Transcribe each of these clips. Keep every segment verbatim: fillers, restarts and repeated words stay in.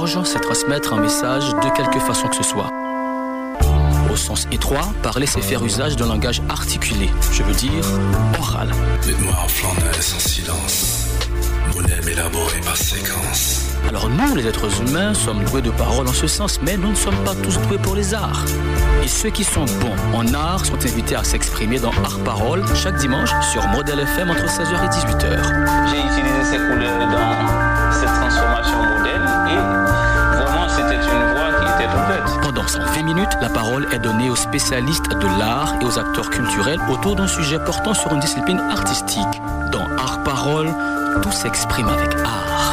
mensonge, c'est transmettre un message de quelque façon que ce soit. Au sens étroit, parler, c'est faire usage d'un langage articulé, je veux dire oral. Dites-moi en flandaise, en silence, mon aime élaboré par séquence. Alors nous, les êtres humains, sommes doués de parole en ce sens, mais nous ne sommes pas tous doués pour les arts. Et ceux qui sont bons en art sont invités à s'exprimer dans Art Parole chaque dimanche sur Modèle F M entre seize heures et dix-huit heures. J'ai utilisé ces couleurs dans cette transformation modèle et vraiment c'était une voix qui était toute faite. Pendant cent vingt minutes, la parole est donnée aux spécialistes de l'art et aux acteurs culturels autour d'un sujet portant sur une discipline artistique. Dans Art Parole, tout s'exprime avec art.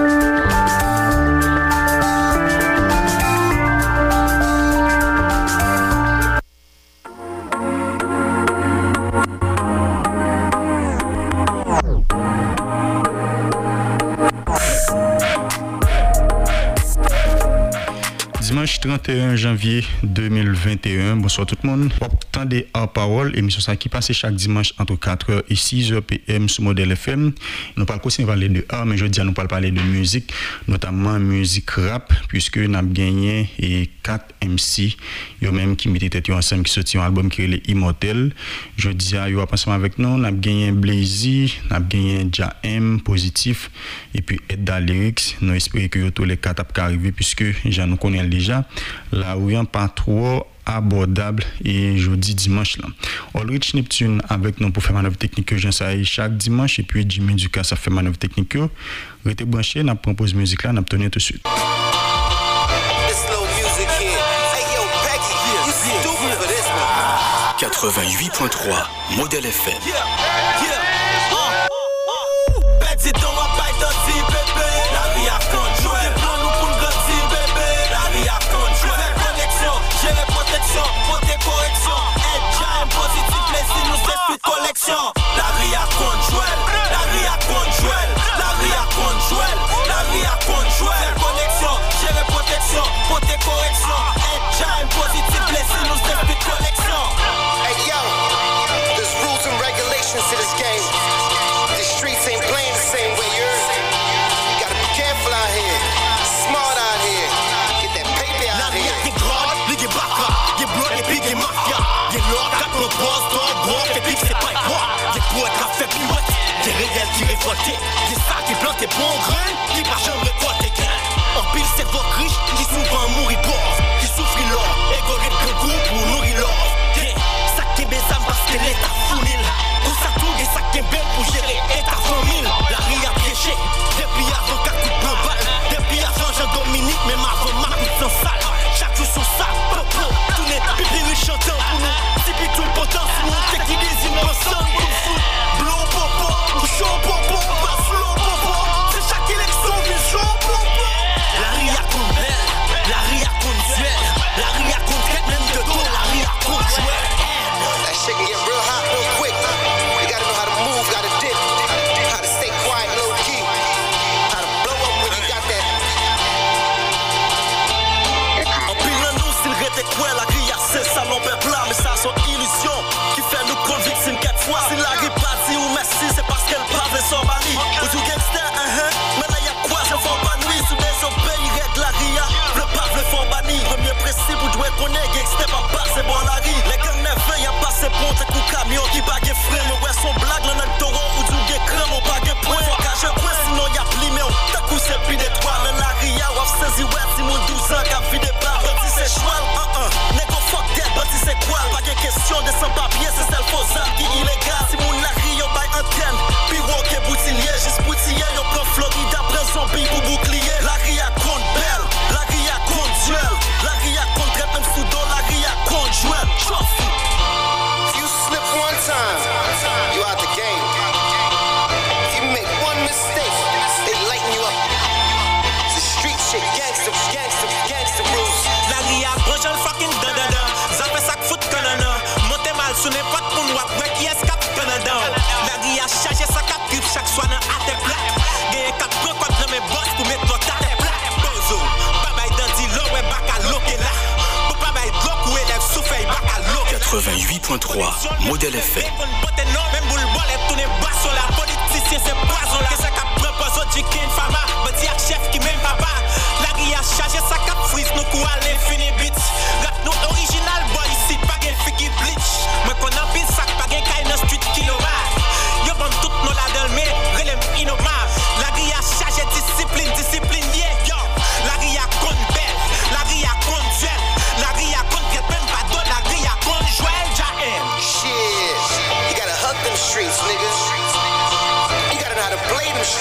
Dimanche trente et un janvier deux mille vingt et un, bonsoir tout le monde. Attendez Art Parole, émission ça qui passe chaque dimanche entre quatre heures et six heures P M sur Modèle F M. Nous parlons aussi parler de art, mais je dis nous parlons parler de musique, notamment musique rap, puisque nous avons gagné et quatre M C, yo même qui mettaient tête ensemble, qui sorti un album qui est les Immortels. Je dis à yo ensemble avec nous, nous avons gagné Blazy, nous avons gagné Ja M, Positif, et puis Edda Lyrics. Nous espérons que tous les quatre ont arrivé, puisque déjà nous connaissons déjà la ouïan pas trop abordable et jeudi dimanche là. Ulrich Neptune avec nous pour faire manœuvre technique que j'en sais chaque dimanche et puis Jimmy Ducas ça fait manœuvre technique. Restez branchés, n'a propose musique là, n'a tenir tout de suite. quatre-vingt-huit point trois Modèle F M. Collection, la ria conjoel, la ria conjoel, la ria conjoel, la ria conjoel. Connexion, gérer protection, porter correction. Agile, positive, blessing, nous step with collection. Hey yo, there's rules and regulations to this game. The streets ain't playing the same way you're. You gotta be careful out here, smart out here, get that paper out here. La ria t'es grande, ligue baka, y'a blood et puis y'a mafia. Y'a l'or, quatre nos boss, toi, gros, et puis c'est pas quoi. Y'a pour être à fait plus haute, y'a réel qui révolté. Y'a ça qui plante des bons grains, qui pas jamais quoi tes grains. En pile, c'est votre riche, qui souvent mourit pauvre, qui souffre l'or, égoré de gros goût pour nourrir l'or. Yeah, ça qui est bésame parce que l'État fournit. Pour ça tout, et ça qui est belle pour gérer État famille. La ria piégée, depuis avant qu'à coup de balle. Depuis avant Jean-Dominique, même avant ma coup sans salle. Chaque jour son sac, popo, tout n'est plus plus chantant pour nous. Si puis tout le potentiel, nous, t'es qui désigne ensemble pour le foot. Bleu popo, chaud popo, pas slow popo. C'est chaque élection, mais chaud popo. La ria compte belle, la ria compte duel, la ria compte quête, même de dos, la ria compte jouet. That shit can get real hot real quick. You gotta know how to move, gotta dip, how to stay quiet, low key, how to blow up when you got that. En pile nous, s'il reste quoi, la ria c'est ça, l'on perd plat, mais ça sont illusions qui fait nous convaincre une quatre fois. Si la ria pas dit ou merci, c'est parce qu'elle parle son mali. Ou tout gangster, hein, hein, mais là y'a quoi, je fais pas nuit, sous des obéis, règle la ria. Le pape, le fond banni, premier principe, vous devez connaître, gangster, pas passer bon la ria. Les gangs neufs, y'a pas ces ponts, c'est coup camion qui bague frère, mais ouais, son blague, l'on a le taureau, ou du gay crème, on bague point. Faut qu'à je point, sinon y'a pli, mais on t'a coup, c'est plus d'étoiles, mais la ria, ou saisi, ouais, si mon douze ans, qu'a vu des barres, bâti c'est choual, un un, négo fuck that, bâti c'est quoi, pas de question de sans papier, c'est celle faux qui illégal, si mon la ria, by antenne, puis walk et boutillier, juste boutillier, on prend Floride après zombie pour bouclier, la ria compte belle, la ria compte duel, la ria compte traite même sous dos, la ria compte jouel, trophy. If you slip one time, you out the game. If you make one mistake, they lighten you up. It's the street shit, gangster, gangster, gangster rules. La ria branche le fucking da-da-da, ça fait ça que fout Canada. Montez mal sous n'importe pour nous, après qui escape Canada. La ria charge sa cap grip chaque soir dans à tes plaques. Gagne quatre points contre mes boss pour mettre notre à tes plaques. Bozo, baba identity low, ouais, baka loqué là. Pour pas bailler de l'eau, ou élève souffle, baka loqué. quatre-vingt-huit point trois Modèle F M. Même boule bol et tourner bas sur la politicien, c'est poison là. Que ça cap propose au chicken fama, bâti à chef qui même papa. La ria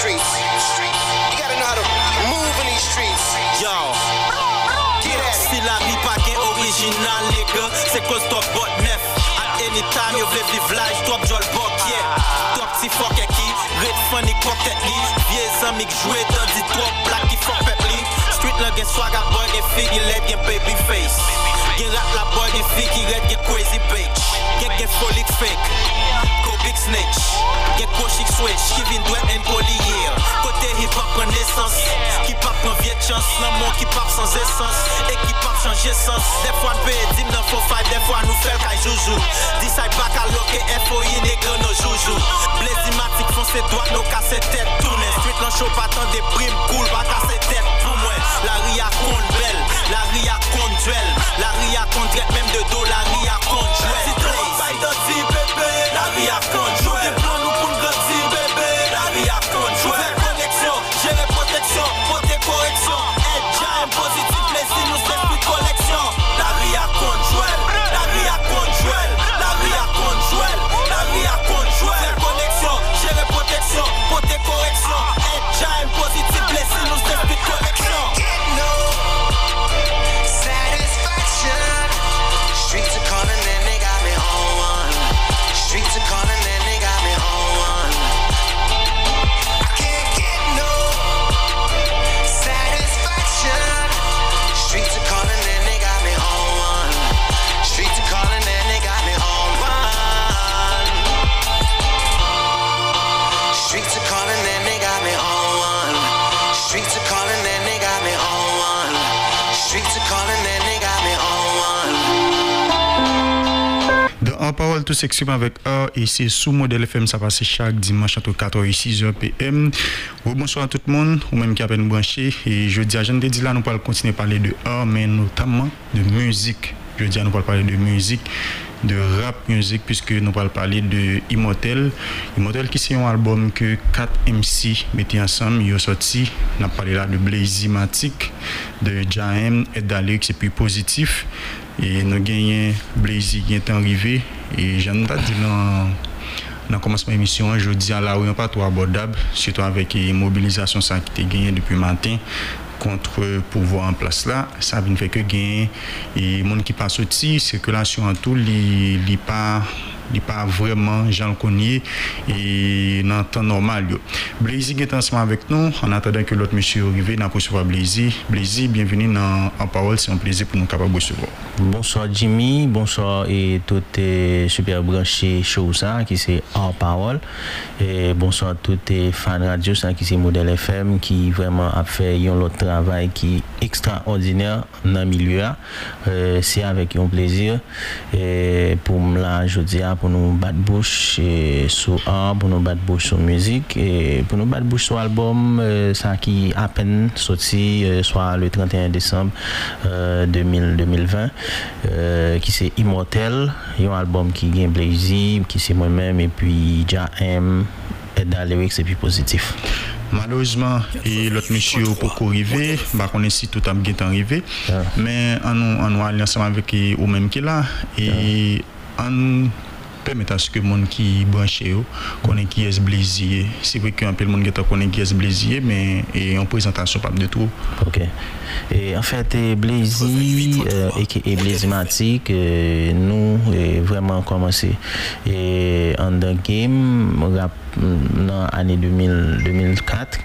streets. You gotta know how to move in these streets. Yo, Get at it. si la vie pas gain original, nigga, c'est cause top bot neuf. At any time, you veux vivre life, top jol bok, yeah. Top petit fuck qui, red funny pocket li. Vieux amis qui jouent dans du top black qui fuck pep li. Street là, gen swagger boy, gen figure let, gen baby face. Gen rap la boy, gen fille qui red, gen crazy bitch. Gen gen folic fake, go big snitch. Gen koshik switch, qui vin douette en polier. Côté hip hop connaissance, qui pop en vieux chance. Nan mon qui pop sans essence, et qui pop changer sens. Des fois nous paye dim dans faux fight, des fois nous fait kay joujou. Decide back à loquer F O I négro nos joujou. Blazimatic font ses doigts, nos casser tête tourner. Street l'en show pas tant des primes cool, pas casser tête pour moi. La ria compte belle, la ria compte duel. La ria compte même de dos, la ria compte duel. Si tu bail dans ti bébé, la ria compte duel. Des plans nous pour grandir bébé, la ria compte duel. Connexion, gérer protection, porter correction. Être giant positif, mais si nous c'est plus collection. La ria compte duel, la ria compte duel. La ria compte duel, la ria compte duel. Connexion, gérer protection, porter correction. Être giant positif, mais si nous c'est plus collection. Get no satisfaction. Streets are calling and they got me on one. Streets are calling and they got me on one. I can't get no satisfaction. Streets are calling and they got me on one. Streets are calling and they got me on one. Streets are calling and they got me on one. Streets are calling and they got me on one. Streets are calling and they got me on one. Dans En Parole, tout s'exprime avec A et c'est sous Modèle F M, ça passe chaque dimanche entre quatre heures et six heures P M. Bonsoir à tout le monde, ou même qui a peine branché. Et je dis à Jean de dit là, nous allons continuer à parler de A, mais notamment de musique. Je dis à nous allons parler de musique, de rap musique, puisque nous allons parler de Immortel. Immortel qui c'est un album que quatre M C mettaient ensemble, ils ont sorti. On a parlé là de Blazimatic, de Jaem, Edalix et puis Positif. Et nous gagnons Blazy qui est arrivé. Et j'en ai dit dans dans le commencement de l'émission, je dis à la rue, pas trop abordable, surtout avec la mobilisation ça qui a gagné depuis le matin contre le pouvoir en place là. Ça vient faire que gagner et les gens qui passent aussi, circulation en tout, il n'est pas il pas vraiment Jean le connaît et dans le temps normal. Blazy est ensemble avec nous en attendant que l'autre monsieur arrive dans recevoir Blazy. Blazy, bienvenue dans En Parole, c'est un plaisir pour nous capables de recevoir. Bonsoir Jimmy, bonsoir et tout les super branchés show ça qui c'est En Parole et bonsoir à tous les fans radio ça qui c'est Modèle F M qui vraiment a fait un autre travail qui est extraordinaire dans le milieu. Euh, c'est avec un plaisir et pour là je dis pour nous battre bouche sur art, pour nous battre bouche sur musique et pour nous battre bouche sur album euh, ça qui à peine sorti euh, soit le trente et un décembre euh, deux mille vingt euh, qui c'est Immortel, un album qui gagne Blazy, qui c'est moi-même et puis Jaem, Edalix et puis Positif. Malheureusement, et l'autre monsieur au Poco arrivé, bah on est si tout a bien arrivé, yeah. Mais on on nous allié ensemble avec ou même qui là et on yeah. permettre à ce que les gens qui branché connaissent qui est Blazy. C'est vrai qu'un peu le monde qui connaît qui est Blazy, mais et en présentation pas de tout. OK. Et en fait Blazy euh, et Blazimatic euh, nous euh, vraiment commencé et en the game rap dans l'année deux mille quatre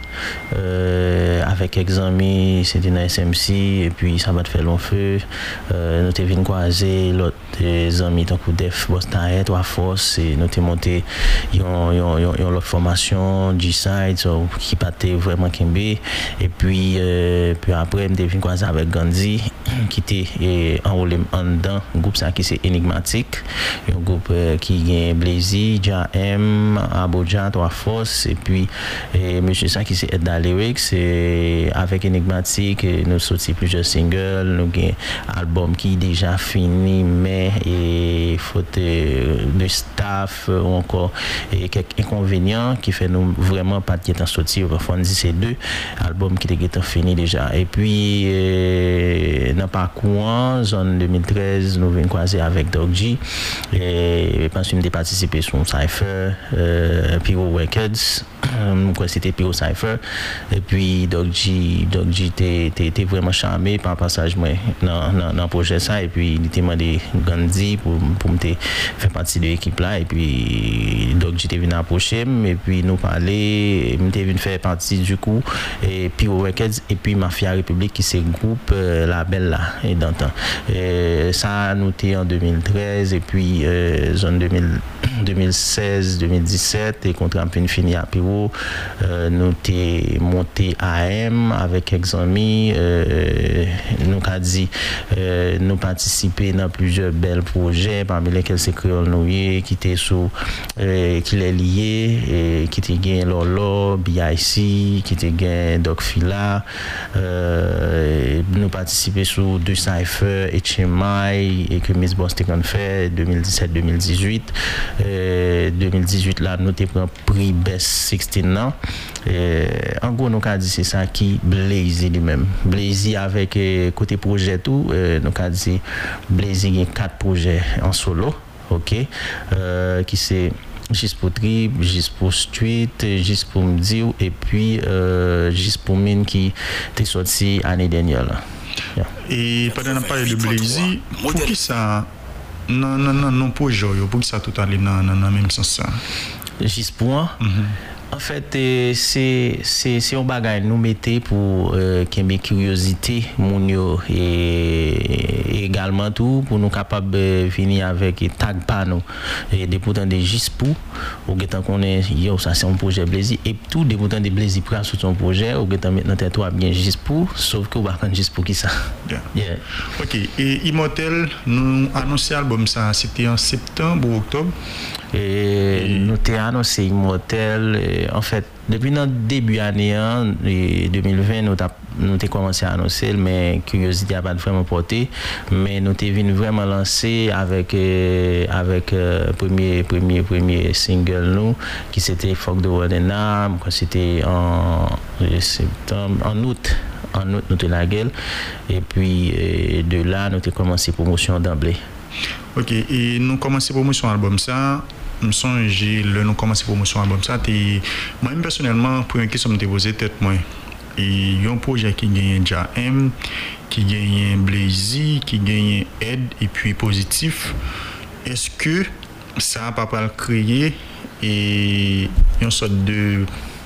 euh, avec Exami, c'était dans S M C et puis ça va te faire long feu euh, nous t'es venu croiser l'autre amis tant que Def Bostaet ou Force et nous t'es monté yon yon yon l'autre formation G-Side so, qui partait vraiment Kembe et puis euh, puis après nous t'es venu croiser avec Gandhi qui était enrôlé en dedans groupe ça qui c'est Enigmatic un groupe euh, qui gagne Blazy, Jaem, Abuja trois forces et puis et monsieur ça qui c'est Edalix et avec Enigmatic nous sorti plusieurs singles nous gain album qui déjà fini mais et faute de staff ou encore et quelques inconvénients qui fait nous vraiment pas de temps sorti au fond c'est deux albums qui étaient fini déjà et puis euh, dans parcours zone deux mille treize nous venons croiser avec Doc G et je pense que nous avons participé sur Cypher euh, Pyro Records quoi c'était Pyro Cypher et puis Doc G Doc G était vraiment charmé par passage moi dans dans dans projet ça et puis il était demandé Gandhi pour pour me faire partie de l'équipe là et puis Doc G était venu approcher et puis nous parler me était venu faire partie du coup et Pyro Records et puis Mafia République qui c'est groupe euh, label là et dans temps et ça nous était en deux mille treize et puis euh, zone deux mille deux mille seize deux mille dix-sept et contrat fini à Pyro euh, nous t'es monté A M avec quelques amis euh, nous qu'a dit euh, nous participer dans plusieurs belles projets parmi lesquels c'est Créole Nouye qui était sous euh, qui est lié et qui était gain Lolo B I C qui était gain Doc Fila euh, nous participer sous deux Cypher et Chemai et que Miss Boss t'en fait deux mille dix-sept deux mille dix-huit euh, deux mille dix-huit là nous t'ai pris prix Best seize ans euh, en gros nous qu'a dit c'est ça qui Blazy lui-même Blazy avec euh, côté projet tout euh, nous qu'a dit Blazy il y a quatre projets en solo OK euh, qui c'est juste pour trip, juste pour street, juste pour me dire et puis euh, juste pour mine qui t'est sorti année dernière là. Yeah. Et pendant qu'on parle de Blazy, pour qui ça non non non non pour joie, pour qui ça tout aller dans dans même sens ça. Juste pour moi. En fait, euh, c'est c'est c'est un bagage nous mettez pour euh, qu'il y ait curiosité mon yo et également tout pour nous capable de venir avec et tag panneau et des pourtant des juste pour ou que qu'on est yo ça c'est un projet Blazy et tout des pourtant des Blazy pour sur ton projet ou que maintenant territoire bien juste pour sauf que on va prendre juste pour qui ça. Yeah. Yeah. OK, et Immortel nous annoncé album ça c'était en septembre ou octobre. Et, et nous t'ai annoncé Immortel et, en fait depuis notre début année hein, deux mille vingt nous t'a nous t'ai commencé à annoncer mais curiosité a pas vraiment porté mais nous t'ai venu vraiment lancer avec euh, avec euh, premier premier premier single nous qui c'était Fuck the World and Now quand c'était en septembre en août en août nous t'ai la gueule et puis euh, de là nous t'ai commencé promotion d'emblée. OK, et nous commencer promotion album ça me songe le nous commencer promotion album ça t'es moi personnellement pour une question me poser tête moi et il y a un projet qui gagne J M qui gagne Blazy qui gagne Ed et puis Positif est-ce que ça va pas créer et une sorte de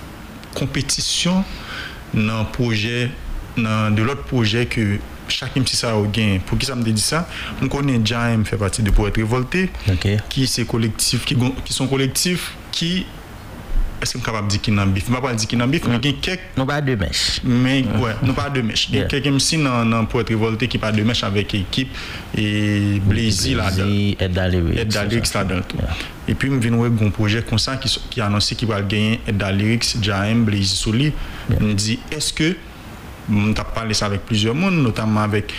compétition dans projet dans de l'autre projet que chacun si ça au gain pour qui ça me dit ça on connaît J M fait partie de Poète Révolté okay. qui c'est collectif qui qui sont collectifs qui est-ce qu'on est capable de dire qu'il n'a bif? Je ne vais pas dire qu'il n'a bif, mais il y a quelques... Nous pas de mèche. Mais ouais, nous pas de mèche. Il y a quelques M C dans Poète Révolté qui pas de mèche avec l'équipe et Blazy là-dedans. Aide Lyrics. Aide Lyrics là-dedans. Et puis, je viens de voir un projet comme ça qui, qui a annoncé qu'il va gagner Aide Lyrics, J M, Blazy Soli. Je me dis, est-ce que on t'a parlé ça avec plusieurs monde notamment avec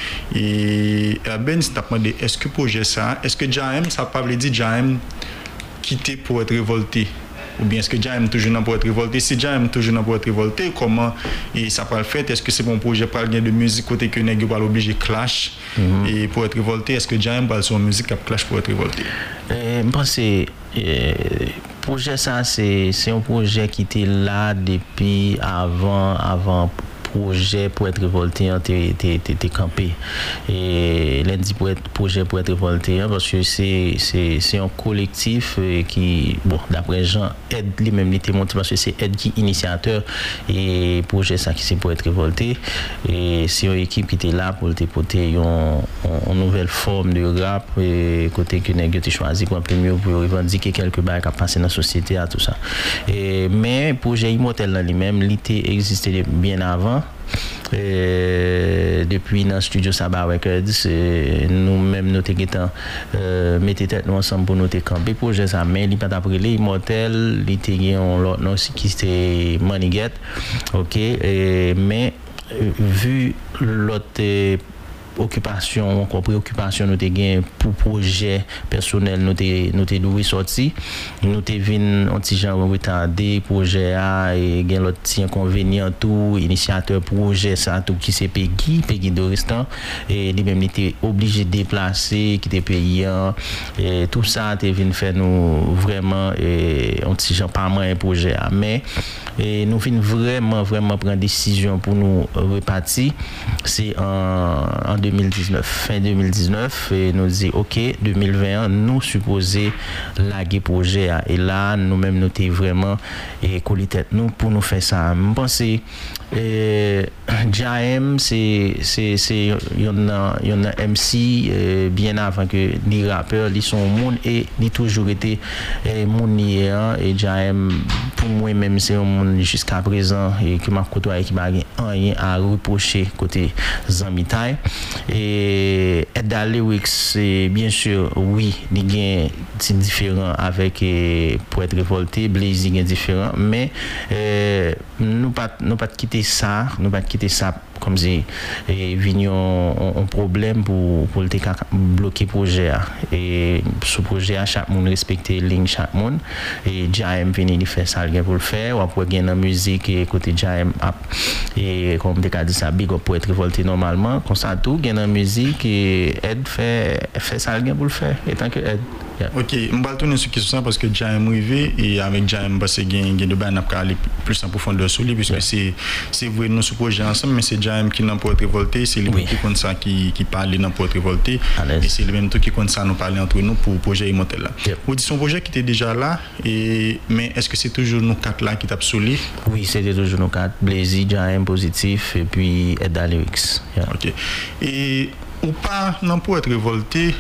et Ben t'a demandé est-ce que projet ça est-ce que J M ça pas veut dire J M quitter pour être révolté ou bien est-ce que J M toujours dans pour être révolté si J M toujours dans pour être révolté comment et ça pas le fait est-ce que c'est bon projet pour gagner de musique côté que nèg pas obligé clash mm-hmm. et pour être révolté est-ce que J M va son musique cap clash pour être révolté euh je pense c'est projet ça c'est c'est un projet qui était là depuis avant avant projet pour être révolté t'es t'es campé et lundi pour être projet pour être révolté parce que c'est c'est c'est un collectif qui bon d'après Jean aide lui-même il était monté parce que c'est aide qui initiateur et projet ça qui c'est pour être révolté et c'est une équipe qui était là pour te porter une une nouvelle forme de rap et côté que nèg tu choisi pour peu mieux pour revendiquer quelques bails qui passer dans la société à tout ça et mais projet Immortel dans lui-même il était existé bien avant. Et depuis dans le studio Saba Records nous-mêmes nous t'étant euh, mettez tête nous ensemble pour nous te camper projet ça mais il pas après les Immortel il était gagne l'autre nom qui c'était Money Get OK et mais vu l'autre occupation, encore préoccupation nous te gain pour projet personnel nous te nous te doué sorti. Nous te vinn un petit genre retardé projet a et gain l'autre petit inconvénient tout initiateur projet ça tout qui c'est Peggy, Peggy Doristan et lui-même il était obligé de déplacer, qui était payant et tout ça te vinn faire nous vraiment et un petit genre pas moins un projet a mais et nous vinn vraiment vraiment prendre décision pour nous repartir c'est en en deux mille dix-neuf fin deux mille dix-neuf et nous dit OK deux mille vingt et un nous supposé laguer projet et là nous-mêmes nous t'es vraiment et coller tête nous pour nous faire ça je pense et J M c'est c'est c'est il y en a il y en a M C euh, bien avant que les rappeurs ils sont monde et ils toujours été monde et J M pour moi même c'est un monde jusqu'à présent et que m'a côtoyé qui m'a rien à reprocher côté Zamitai et Edda Lyrics c'est bien sûr oui il gain c'est différent avec et, pour être révolté Blazy est différent mais euh, nous pas nous pas quitter ça nous pas quitter ça comme si et vignon un problème pour pour le bloquer projet et ce projet à chaque monde respecter ligne chaque monde et J M venir il faire ça pour le faire ou après gain la musique et côté J M et comme des cas dit ça big pour être révolté normalement comme ça tout gain la musique et aide fait fait ça pour le faire et tant que aide. Yeah. OK, on va tourner sur question parce que J M arrivé et avec J M parce que gain gain de bain n'a pas aller plus en profondeur sur lui puisque yeah. c'est c'est vrai nous ce projet ensemble mais c'est J M qui n'a pas être révolté, c'est lui oui. qui compte ça qui qui parle n'a pas être révolté et c'est le même tout qui compte ça nous parler entre nous pour projet Immortel là. Yeah. Vous dites son projet qui était déjà là et mais est-ce que c'est toujours nous quatre là qui tape sur lui? Oui, c'était toujours nous quatre, Blazy, J M positif et puis Edda Lyrics. Yeah. OK. Et ou pas non pour être révolté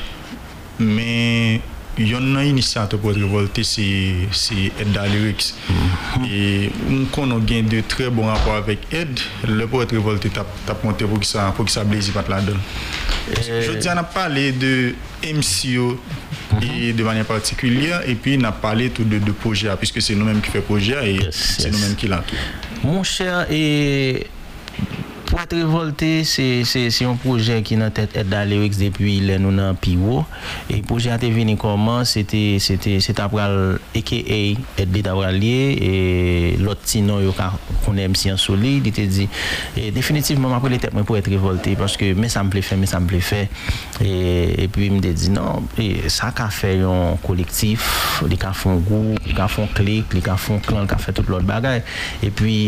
mais il y a un initiateur pour révolter c'est c'est Edda Lyrics mm-hmm. et on connaît gain de très bons rapports avec Ed le pour être révolté t'a t'a monté pour que ça pour que ça Blazy pas la donne euh... je dis on a parlé de M C O mm-hmm. et de manière particulière et puis on a parlé tout de de projet puisque c'est nous-mêmes qui fait projet et yes, c'est yes. nous-mêmes qui l'a tout mon cher et pour être révolté c'est c'est c'est un projet qui dans tête Edda Lyrics depuis les nous dans Piro et projet a été venu comment c'était c'était c'est après aka Edda lié et l'autre sinon yo qu'on aime si en solide il te dit et définitivement après les tête pour être révolté parce que mais ça me plaît faire mais ça me plaît faire et et puis il me dit non et ça qu'a fait un collectif les qu'a font groupe les qu'a font clique les qu'a font clan qu'a fait toute l'autre bagaille et puis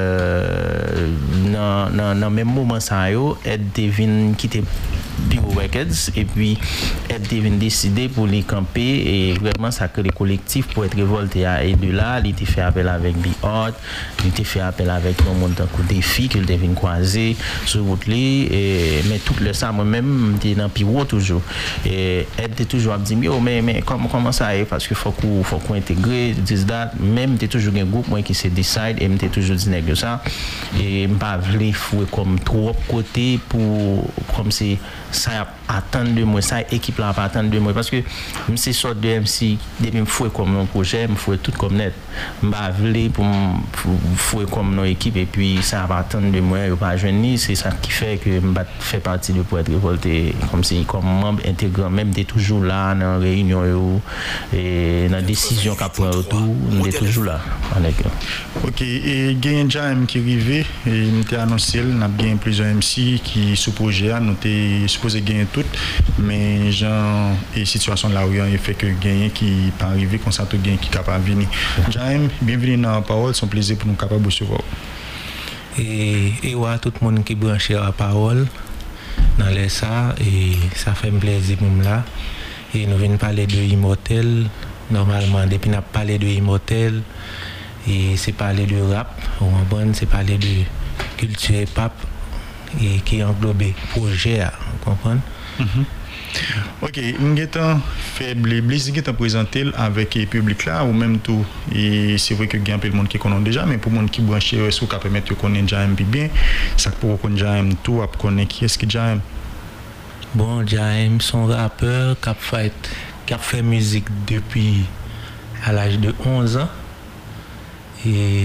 euh non dans dans même moment ça yo Ed Devin quitter Piro Records et puis Ed Devin décider pour les camper et vraiment ça que les collectifs pour être révolté et de là il était fait appel avec Big Hot il était fait appel avec un monde coup défi que Devin croiser sur route et mais tout le ça moi même j'étais dans Piro toujours et Ed était toujours dit mais mais comment comment ça est parce que faut qu'on faut qu'on intégrer this that même t'es toujours un groupe moi qui se decide et m'était toujours dit nèg ça et m'pas vle fouer comme trop côté pour comme c'est ça attendre de moi ça équipe là pas attendre de moi parce que c'est sorte de M C depuis me fouer comme un projet me fouer tout comme net m'pas vle pour fouer comme nos équipe et puis ça va attendre de moi pas joindre c'est ça qui fait que m'pas fait partie de pour être révolté comme si comme membre intégrant même t'es toujours là dans réunion et dans décision qu'a prend autour on est toujours là avec OK et gain J M qui arrivé et m'était annoncé n'a bien plusieurs M C qui sous projet nous t'es supposé gagner tout mais genre et situation là où il fait que gagner qui pas arriver comme ça tout gain qui capable venir J M bienvenue dans la parole son plaisir pour nous capable recevoir et et ouais tout le monde qui branché à la parole dans les ça et ça fait plaisir pour moi là et nous venons parler de Immortel normalement depuis n'a parlé de Immortel et c'est parler de rap ou en bonne c'est parler de culture hip hop et qui englobe projet vous comprenez mm-hmm. OK m'étant faible Blazy qui t'a présenté avec le public là ou même tout et c'est vrai que il y a un peu de monde qui connaît déjà mais pour monde qui branché est-ce qu'on permettre de connaître J M bien ça pour connaître J M tout à connaître qui est-ce que J M bon J M son rappeur qui a fait qui a fait musique depuis à l'âge de onze ans et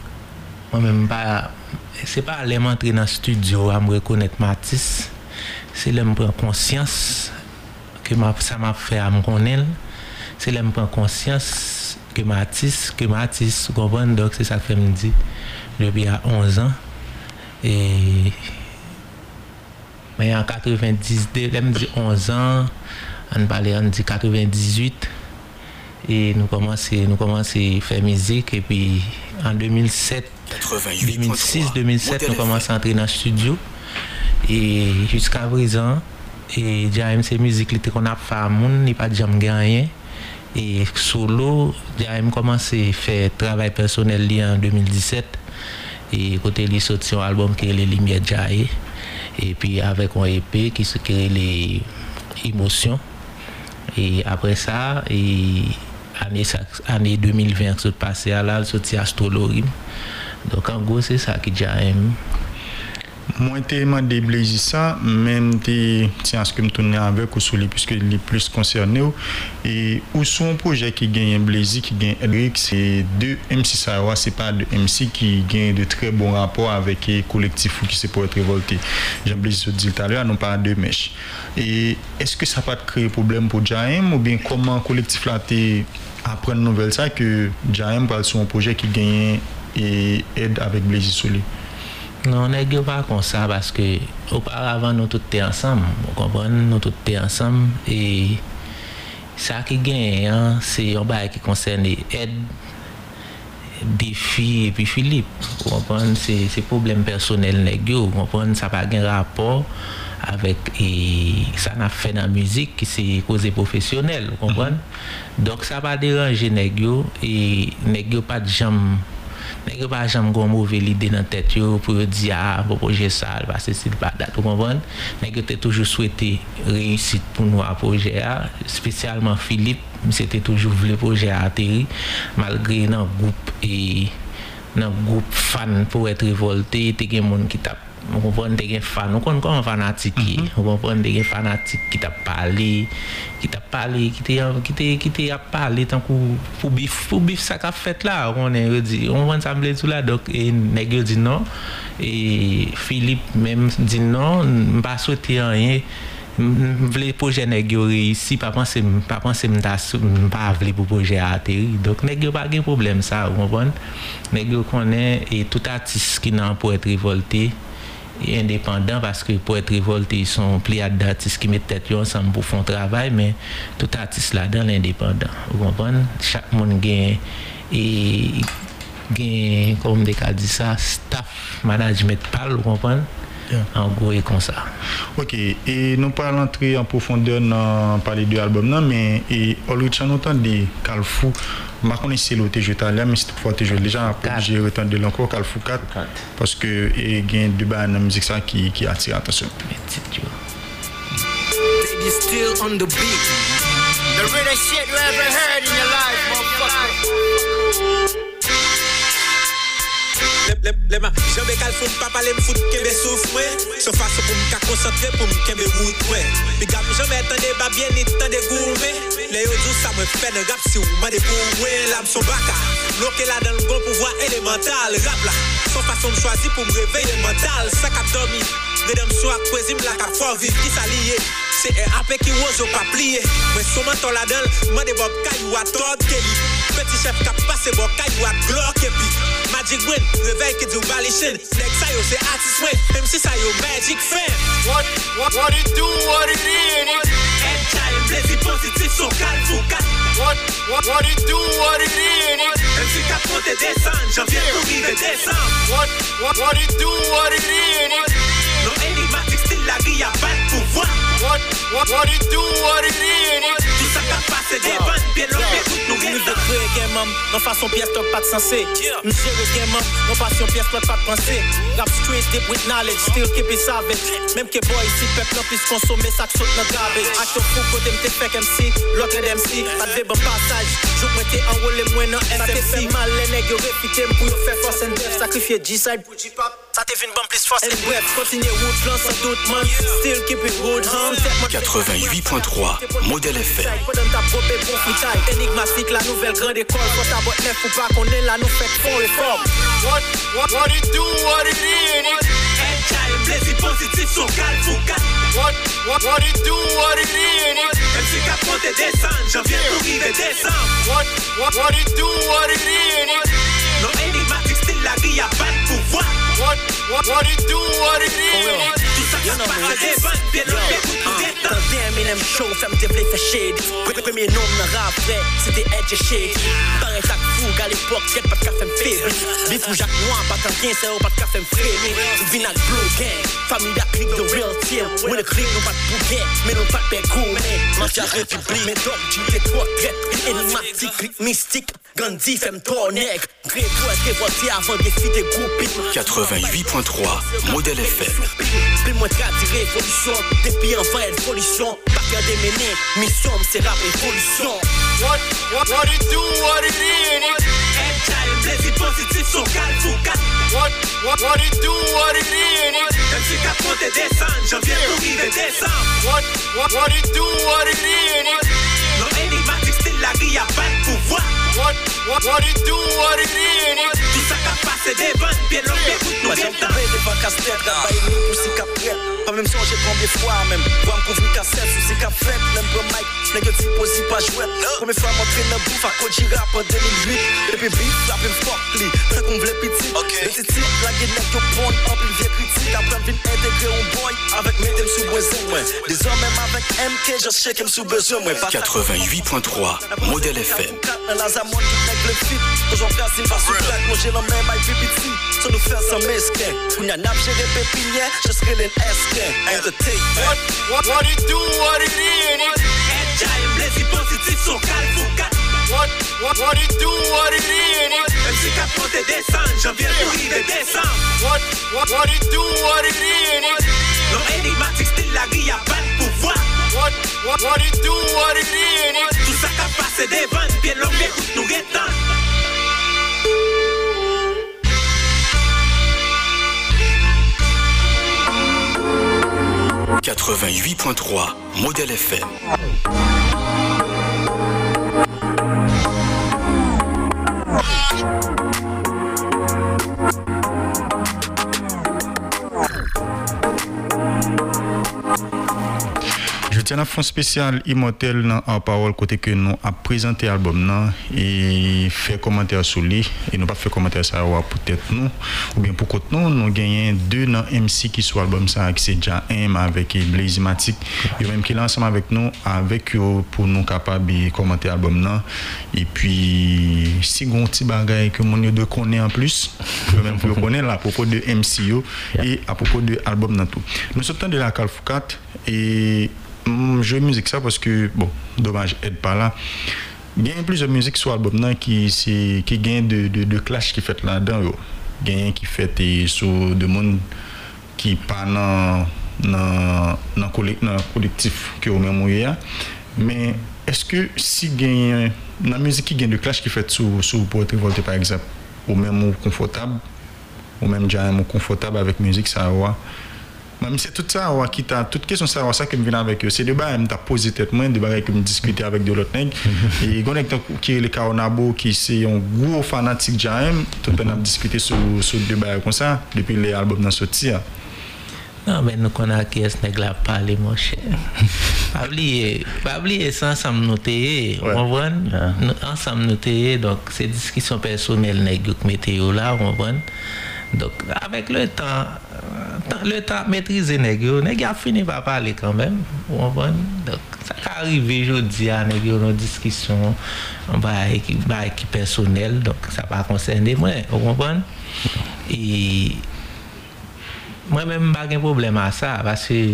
moi même pas c'est pas aller m'entrer dans studio à me reconnaître Matisse c'est là que je prends conscience que ma, ça m'a fait à me connaître. C'est là que je prends conscience que ma artiste, que ma artiste, vous comprenez, donc c'est ça que je me dis depuis à onze ans. Et mais en quatre-vingt-dix, je me dis onze ans, on parlait, on dit quatre-vingt-dix-huit. Et nous commençons nous commençons à faire musique. Et puis en deux mille sept, deux mille six, deux mille sept, nous commençons à entrer dans le studio. Et jusqu'à présent, et J A M c'est musique qu'on a fait à monde, il pas jamais gagné. Et solo, J A M commence à faire travail personnel en deux mille dix-sept. Et côté il sorti un album qui est les Lumières Jailles. Et puis avec un E P qui se crée les émotions. Et après ça, et année année deux mille vingt qui s'est passé à là, sorti Astrologie. Donc en gros c'est ça qui J A M. Moi, je demandé Blazy ça, même tiens, ce que je tourne avec ou sur les puisque les plus concernés. Et où sont un projet qui gagne Blazy, qui gagne Edric, c'est deux M C Sawa, c'est pas deux M C qui gagnent de très bons rapports avec les collectifs qui c'est pour être révolté. Jean-Blazy se dit tout à l'heure, non pas deux mèches. Et est-ce que ça va créer problème pour J A M ou bien comment le collectif là apprend une nouvelle ça que J A M parle sur un projet qui gagne et aide avec Blazy Solé? Non, on n'est pas comme ça parce que auparavant nous tous étions ensemble, vous comprenez, nous tous étions ensemble et ça qui gagne, hein, c'est un bail qui concerne aide, défi et puis Philippe, vous comprenez, c'est c'est problème personnel négio, vous comprenez, ça n'a pas de rapport avec et ça n'a fait dans la musique qui c'est causé professionnel, vous comprenez, mm-hmm. Donc ça va déranger négio et négio pas de jambe. Nèg pas jamais gon mauvais idée dans tête yo pour dire ah bon projet ça parce que c'est pas date, vous comprenez, nèg t'ai toujours souhaité réussite pour nous à projet spécialement Philippe, c'était toujours voulu projet à atterrir malgré dans groupe et dans groupe fan pour être révolté, t'es gen monde qui t'a vous comprenez des fans, vous comprenez comment fanatique, vous comprenez des fanatiques qui t'a parlé, qui t'a parlé, qui t'a qui t'a qui t'a parlé tant que pour bif pour bif ça qu'a fait là, on est dit on va ensemble tout là donc et nèg dit non et Philippe même dit non, pas souhaiter rien. Vle projet nèg yo réussi pas penser pas penser m'ta pas vle pour projet à atterrir donc nèg yo pas gen problème ça, vous comprenez, nèg yo connaît et tout artiste qui n'a pour être révolté et indépendant parce que pour être révolté ils sont pléiade d'artistes qui mettent tête ensemble pour faire un travail mais tout artiste là dans l'indépendant, vous comprenez, chaque monde gagne et gagne comme des cas dit ça staff management parle, vous comprenez. Yeah. En gros et comme ça. Ok, et nous pas rentrer en profondeur dans parler de l'album non mais et Olrich on entend des Calfou, ma connaissez l'autre jeu là mais c'est fois je déjà j'ai retenu de l'encore Calfou quatre parce que il y a deux bandes de musique ça qui qui attire attention. Baby still on the beat. The realest shit you ever heard in your life, motherfucker. Les les ma j'aime Calfou pas parler me foot kembe souffre so façon pour me concentrer pour me kembe route ouais big up j'aime attendre pas bien ni temps de gourmet les autres ça me fait de rap si ou m'a de pour ouais l'âme son baka bloqué là dans le bon pouvoir élémental rap là son façon de choisir pour me réveiller mental ça qu'a dormi dedans soit poésie me la qu'a fort vivre qui s'allier c'est un apé qui ose pas plier mais son menton là dedans moi de bob caillou à Todd Kelly petit chef qui passe bob caillou à Glock et puis Magic Win, réveil qui dit Balishin. Next ça yo c'est artist win, même si ça yo Magic fan. What, what, what it do, what it is. And time Blazy positif sur Calfou quatre. What, what, what it do, what it is. Même si quatre monte descendre, janvier pour rive décembre. What, what, what it do, what it is. Non énigmatique style la grille à pas de pouvoir. What, what, what it do, what it is. Tout ça qu'a passé des vannes, bien l'homme tout nous rive. Nous de créer game homme, non façon pièce top pas de sensé. Monsieur le game homme, non passion pièce toi pas de penser. Rap street deep with knowledge, still keep it savage. Même que boy si peuple non plus consommer ça saute dans garbage. Action fou côté me fait M C, l'autre M C, pas de bon passage. Joue moi t'es enrôlé moi dans M C C mal les nèg yo répliquer pour faire force and death, sacrifier G-side pour G-pop. Ça te fait une bonne plus force et bref, continue route plan sans doute man. Still keep it road hum. quatre-vingt-huit point trois Modèle F M. Énigmatique la nouvelle grande école, faut ta boîte neuf ou pas qu'on est là nous fait fond réforme. What, what, what it do, what it is. And time plaisir positif, son calme, foucat. What, what, what it do, what it is. Même si cap monte descendre, janvier pour arriver décembre. What, what, what it do, what it is. Non énigmatique, style la vie, y'a pas de pouvoir. What, what, what it do, what it is. Tout ça qui se passe des ventes, bien l'enlever pour tout détendre. T'en viens, mais l'aime chaud, femme dévelé fait shade. Premier nom de rap vrai, c'était Edge Shade. Pareil, tac fougue à l'époque, t'es pas de café m'faible. Bif ou Jacques Noir, pas tant bien, c'est pas de café m'frémé. Vinac Blue Gang, famille d'à click de real team. Oui, le click, non pas de bouquet, mais non pas de pécou. Manche à république, mais donc, tu t'es trop traite. Énigmatique, clic mystique. Gandhi, femme ton nègre. Gré toi, révolté avant des filles des groupes. quatre-vingt-huit point trois, Modèle F M. Puis-moi de révolution, depuis en vain révolution. Pas garder mes nez, mission, c'est rap révolution. What, what, what it do, what it is. Agile, plaisir positif, son calme, foucat. What, what, what it do, what it is. Même si cap monte descendre, janvier pour arriver décembre. What, what, what it do, what it is. Non énigmatique, style la vie, y'a pas de pouvoir. What, what, what it do, what it is. Tout ça qui passe des ventes, bien l'enlever pour tout détendre. Devant casse-tête, rabaille nous pour si cap prête. Pas même songer combien de fois même. Voir me couvrir cassette sous si cap fait. Même pour Mike, n'est que type aussi pas jouette. Première fois m'entrer dans bouffe à Koji Rap en deux mille huit. Depuis beat, rap me fuck li. Fait qu'on voulait petit. Le petit, la guinette yo pond, en plus vie critique. Après vite intégrer un boy avec mes thèmes sous besoin. Désormais même avec M K, je sais qu'il me sous besoin. quatre-vingt-huit point trois, Modèle F M. La zamon qui nègre le fit. Toujours place, il va sous plaque. Manger dans mes mailles pipiti. Ça nous fait sans mesquin. Qu'on y a nappe, j'ai des pépinières. Je serai l'Esquin. Entertain. What, what, what it do, what it is. Agile, plaisir positif, son calme, foucat. What, what, what it do, what it is. Même si cap monte descendre, janvier pour arriver décembre. What, what, what it do, what it is. Non énigmatique, style la vie, y'a pas de pouvoir. What, what, what it do, what it is. Tout ça qui passe des ventes, bien l'enlever pour nous détendre. quatre-vingt-huit point trois, Modèle F M. Je tiens à fond spécial Immortel dans en parole côté que nous a présenté l'album là et fait commentaire sur lui et nous pas fait commentaire ça peut-être nous ou bien pour côté nous nous gagnons deux dans M C qui sur l'album ça qui c'est déjà M avec Blazimatic et même qui est ensemble avec nous avec eux pour nous capable de commenter l'album là et puis si gon petit bagay que mon de connaît en plus même pour connaître là à propos de M C yo et à propos de l'album dans tout nous sommes de la Calfoucat et je musique ça parce que bon dommage aide pas là il y a plusieurs musiques sur l'album là qui c'est qui gagne de, de de clash qui fait là-dedans yo gagne qui fait sur de monde qui pas dans dans dans collectif que au même moment mais est-ce que si gagne la musique qui gagne de clash qui fait sur sur Poetry Voltaire par exemple ou même confortable ou même jam confortable avec musique ça va. Même c'est tout ça qui t'a toute question ça ça que me vient avec eux c'est de bas me t'a posé tête moi de bas que me discuter avec de l'autre nèg et connecte qui est le Kaonabo qui c'est un gros fanatique jam tout on a discuté sur sur de bas comme ça depuis les albums dans sorti. Non mais nous connait qui est nèg la parler mon cher. Pas oublier pas oublier ça ensemble nous té on comprend ensemble nous té donc c'est discussion personnelle nèg qui météo là on comprend. Donc avec le temps le temps maîtriser nèg yo nèg a fini par parler quand même on comprend donc ça arrive aujourd'hui à nèg yo dans discussion on va équipe va équipe personnelle donc ça pas concerner moi on comprend et moi même pas de problème à ça parce que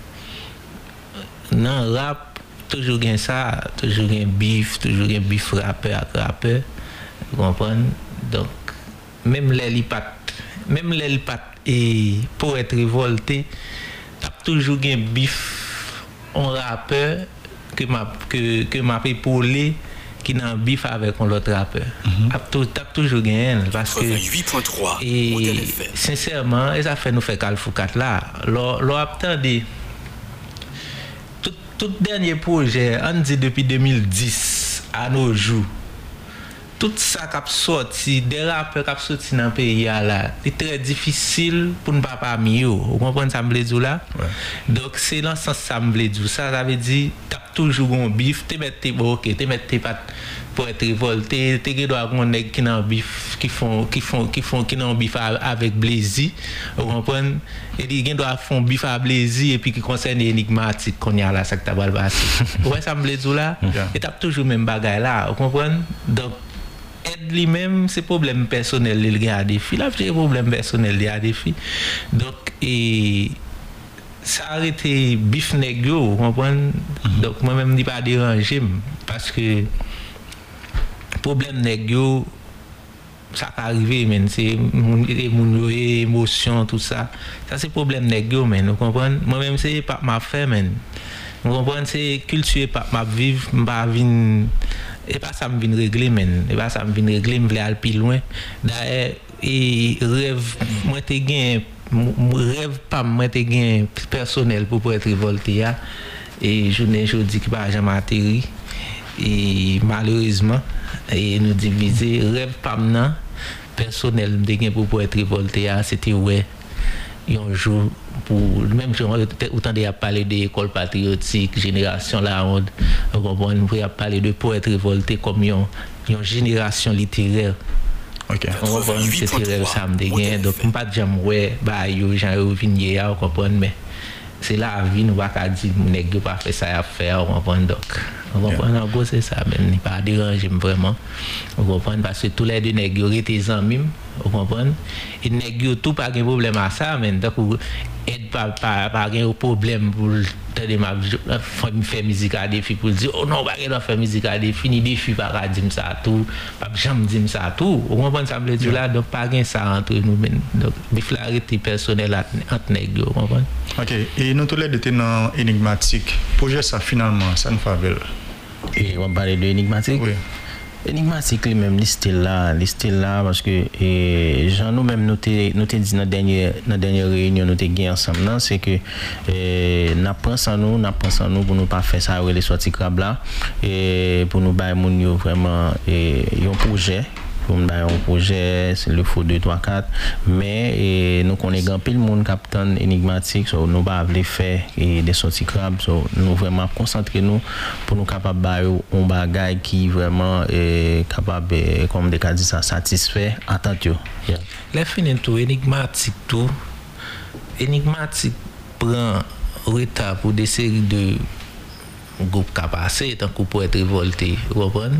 dans rap toujours gain ça toujours gain bif toujours gain bif rappeur à rappeur vous comprenez donc même les lipat même les lipat et pour être révolté t'as toujours gain bif un rappeur que m'a que que m'a épaulé qui n'a bif avec un autre rappeur t'as toujours gain parce que quatre-vingt-huit point trois et sincèrement et ça fait nous faire Calfoucat là l'on attendait tout dernier projet on dit depuis deux mille dix à nos jours tout ça qui a sorti, des rappeurs qui a sorti dans le pays là, c'est très difficile pour ne pas parmi eux. Vous comprenez ça me dire là? Ouais. Donc c'est dans ce sens ça me dire ça, ça veut dire tu as toujours un bif, tu mets tes OK, tu mets tes pattes pour être révolté, tu dois avoir un nèg qui dans bif qui font qui font qui font qui dans bif avec Blazy. Vous comprenez? Et il doit faire bif avec Blazy et puis qui concerne énigmatique qu'on y a là ça que tu as passé. Ouais ça me dire là, et tu as toujours même bagaille là, vous comprenez? Donc aide lui-même c'est problème personnel il y a des filles là c'est problème personnel il y a des filles donc et ça a arrêté bif nèg yo vous comprenez mm-hmm. Donc moi même ni pas déranger parce que problème nèg yo ça peut arriver mais c'est mon émotion tout ça ça c'est problème nèg yo mais vous comprenez moi même c'est pas ma fait mais vous comprenez c'est culture pas ma vivre pas vinn et pas ça me vient régler men et pas ça me vient régler me aller plus loin d'ailleurs et rêve moi t'ai gain rêve pas moi t'ai gain personnel pour être révolté et journée jeudi qui pas jamais atterri et malheureusement et nous diviser rêve pas maintenant personnel m'ai gain pour être révolté c'était ouais un jour pour même autant de parler des écoles patriotiques génération la honte on comprend on parler de poètes révoltés comme une une génération littéraire OK on comprend c'est ça me dégain donc on pas jamais ouais bah yo Jean Revigné on comprend mais c'est la vie nous pas dire nèg pas faire ça à faire on comprend donc on comprend en gros c'est ça même ni pas déranger vraiment on comprend parce que tous les deux nèg yo étaient amis on comprend et nèg yo tout pas de problème à ça mais donc aide pas pas pas un problème pour tendre ma faire musique à défi pour dire oh non pas doit faire musique à défi ni défi pas dire ça tout pas jamais dire ça tout on comprend ça me dire là donc pas gain ça entre nous donc biflarité personnelle entre nèg yo comprend. OK et nous tous les deux dans énigmatique projet ça finalement ça nous faveur et on parler de énigmatique oui énigmatique lui-même listé là listé là parce que et Jean nous même noté noté dit dans dernière dans dernière réunion nous t'ai gagné ensemble non c'est que n'a prend sans nous n'a prend sans nous pour nous pas faire ça les sorties crabe là et pour nous bailler moun yo vraiment et un projet pour nous un projet c'est le faut deux trois quatre mais et nous connaît grand pile monde capitaine énigmatique so nous pas veut faire et des sorties crabe so nous vraiment concentrer nous pour nous capable bailler un bagage qui vraiment est capable comme des cas dit ça satisfait attente yo yeah. Les fini tout énigmatique tout énigmatique prend retard pour des séries de groupes capacités tant qu'on peut être révolté vous comprenez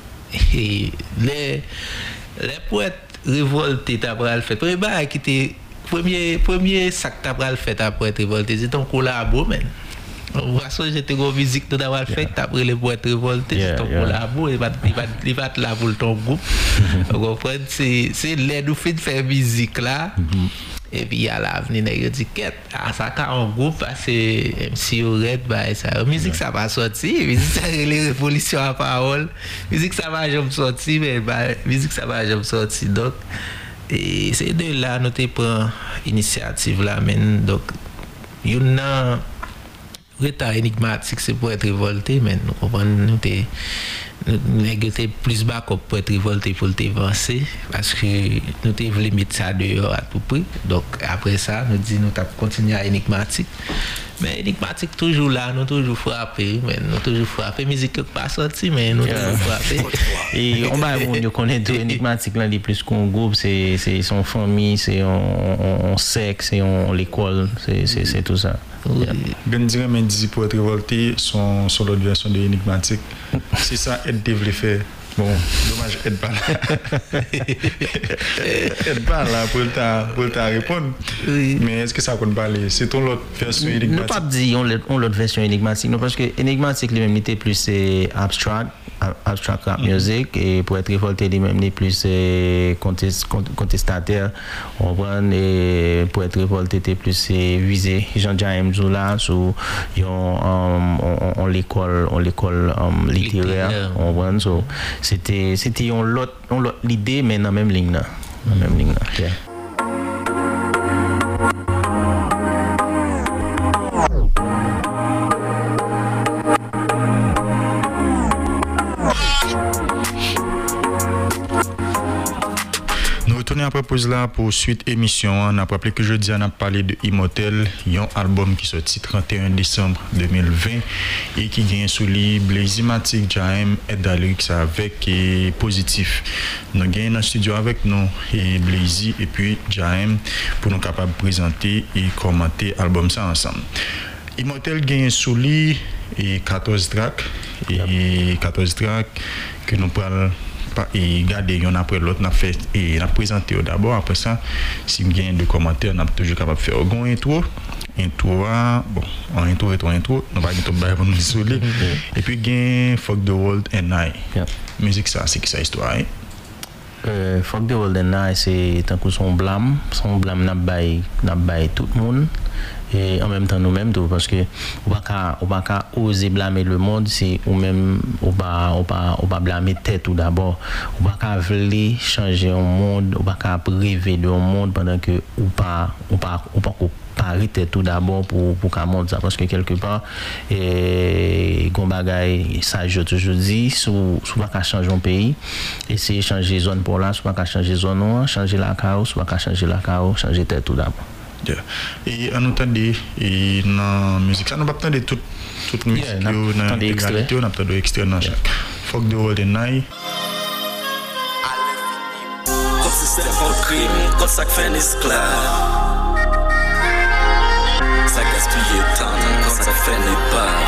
et les les poètes révoltés t'as le fait premier bail qui était premier premier sac t'as le fait après être révolté c'est ton collabo men on va changer tes gros musique tout d'avoir fait après les poètes révoltés c'est ton collabo il va il va il va là pour ton groupe vous comprenez c'est c'est les nous fait faire musique là et puis il y a l'avenir nèg dit quête à ça quand en groupe parce que M C Red bah ça musique ça va sortir musique ça les révolution à parole musique ça va jamais sortir mais bah musique ça va jamais sortir donc et c'est de là nous te prend initiative là men donc une retard énigmatique c'est pour être révolté mais nous comprenons nous te négocier plus bas pour être révolté pour te avancer parce que nous te voulons mettre ça dehors à tout prix donc après ça nous dit nous t'a continuer à énigmatique mais énigmatique toujours là nous toujours frapper mais nous toujours frapper musique pas sorti mais nous toujours frapper et on va on connaît tout énigmatique là les plus qu'on groupe c'est c'est son famille c'est on on sexe c'est on l'école c'est c'est c'est tout ça. Ben dirait mais dit pour être révolté son son l'autre version de énigmatique c'est ça aide développer bon dommage aide pas aide pas là pour ta pour ta répondre mais est-ce que ça compte parler c'est ton l'autre version énigmatique nous pas dit on l'autre version énigmatique non parce que énigmatique lui-même était plus c'est abstract abstract rap music et pour être révolté lui-même est plus contest, contestataire on prend et pour être révolté était plus visé Jean-Jaime Zoula sur on on l'école on l'école littéraire on prend so c'était c'était on l'autre on l'autre l'idée mais dans même ligne là dans même ligne là yeah. n'a propose là pour suite émission, on a rappelé que jeudi on a parlé de Immortel, un album qui sorti trente et un décembre deux mille vingt et qui gagne sous les Blazymatic, Jaem et Dalix avec et Positif. Nous gagnons dans le studio avec nous et Blazy et puis Jaem pour nous capables de présenter et commenter l'album ça ensemble. Immortel gagne sous lui et quatorze tracks et quatorze tracks que nous parlons et garder yon après l'autre n'a fait et n'a présenté d'abord. Après ça si vous avez des commentaires on a toujours capable de faire un intro intro bon en intro intro intro on va tout bailler pour nous désoler et puis gain Fuck the World and I yeah. Musique ça c'est qui ça histoire hein? euh, Fuck the World and I c'est tant que son blâme son blâme n'a bail n'a bail tout le monde et en même temps nous-mêmes tout parce que on va pas on va pas oser blâmer le monde c'est ou même on va on va on va blâmer tête tout d'abord on va pas vouloir changer un monde on va pas rêver de un monde pendant que ou pas on pas on pas arrêter tout d'abord pour pour qu'un monde ça parce que quelque part et gon bagaille ça je toujours dit sous sous pas changer un pays essayer changer zone pour là soit pas changer zone non changer la chaos soit pas changer la chaos changer tête tout d'abord. Yeah. Et on entend des et dans musique ça nous pas entendre toute toute musique yeah, dans l'intégralité on a entendu extrait dans chaque Fuck the World and I comme système en crime comme ça fait un esclave ça gaspille temps quand ça fait l'épave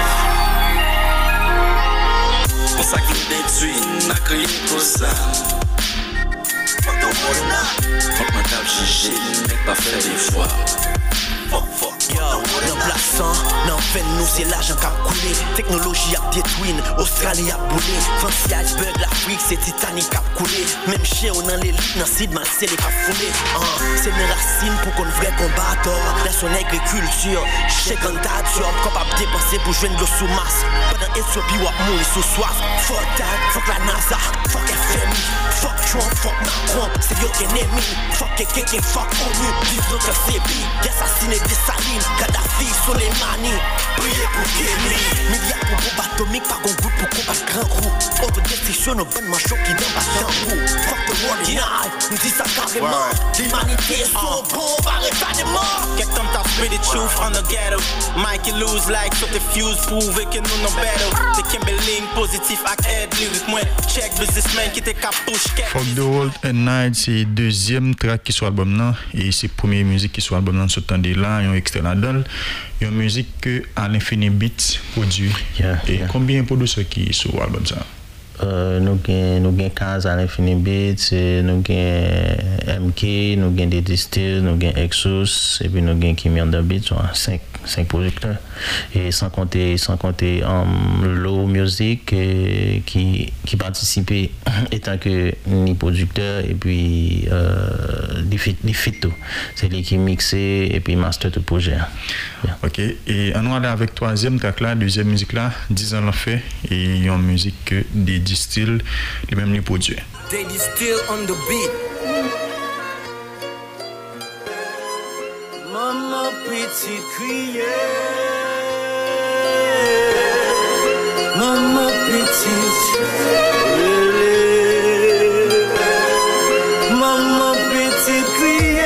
comme ça qui détruit n'a créé pour ça. Fuck the world and I fuck ma table jugé, n'est pas fait des fois. Fuck, fuck, yo, remplaçant, non, fait nous, c'est l'argent qui a coulé. Technologie a détruit, Australie a boulé. Fancy iceberg, l'Afrique, c'est Titanic qui a coulé. Même chien, on a l'élite, dans Sid, mal, c'est les qui a foulé. C'est mes racines pour qu'on vrai combattant. Dans son agriculture, chèque en tas de job, capable de dépenser pour joindre l'eau sous masse. Pendant Ethiopie, ou à mourir sous soif. Fuck that, fuck la NASA, fuck F M I. Fuck Trump, fuck Macron, c'est yo ennemi. Fuck K K K, fuck ONU, vive notre C B. Assassiné des salines, Kadhafi, Soleimani. Priez pour Kenny. Milliards pour bombe atomique, pas gon goutte pour combattre grand coup. Autodestruction, nos bonnes manchots qui donnent pas d'un coup. Fuck the world and I, nous dit ça carrément. L'humanité est so bon, va arrêter des morts. Get them to spit the truth on the ghetto. Mikey lose like so the fuse, prouve que nous non battle. The Kimberling positif avec aide lyrique moins. Check businessman qui te capuche. Fuck the World and Night c'est deuxième track qui sur l'album là et c'est première musique qui sur l'album là ce temps de là un extrait là-dedans une musique que à l'infini beats produit yeah, et yeah. combien de producteurs qui sur l'album ça euh, nous gain nous gain quinze à l'infini beats nous gain M K nous gain des Distill nous gain Exos et puis nous gain Kimi on the beats cinq cinq producteurs et sans compter sans compter um, Low Music euh, qui qui participait étant que ni producteur et puis euh, des fit des fit tout c'est lui qui mixé et puis master tout projet yeah. OK et on va aller avec troisième track là deuxième musique là dix ans l'ont fait et une musique que des Distill les mêmes les produits They Distill on the beat Maman petite criée Maman petite Maman petite criée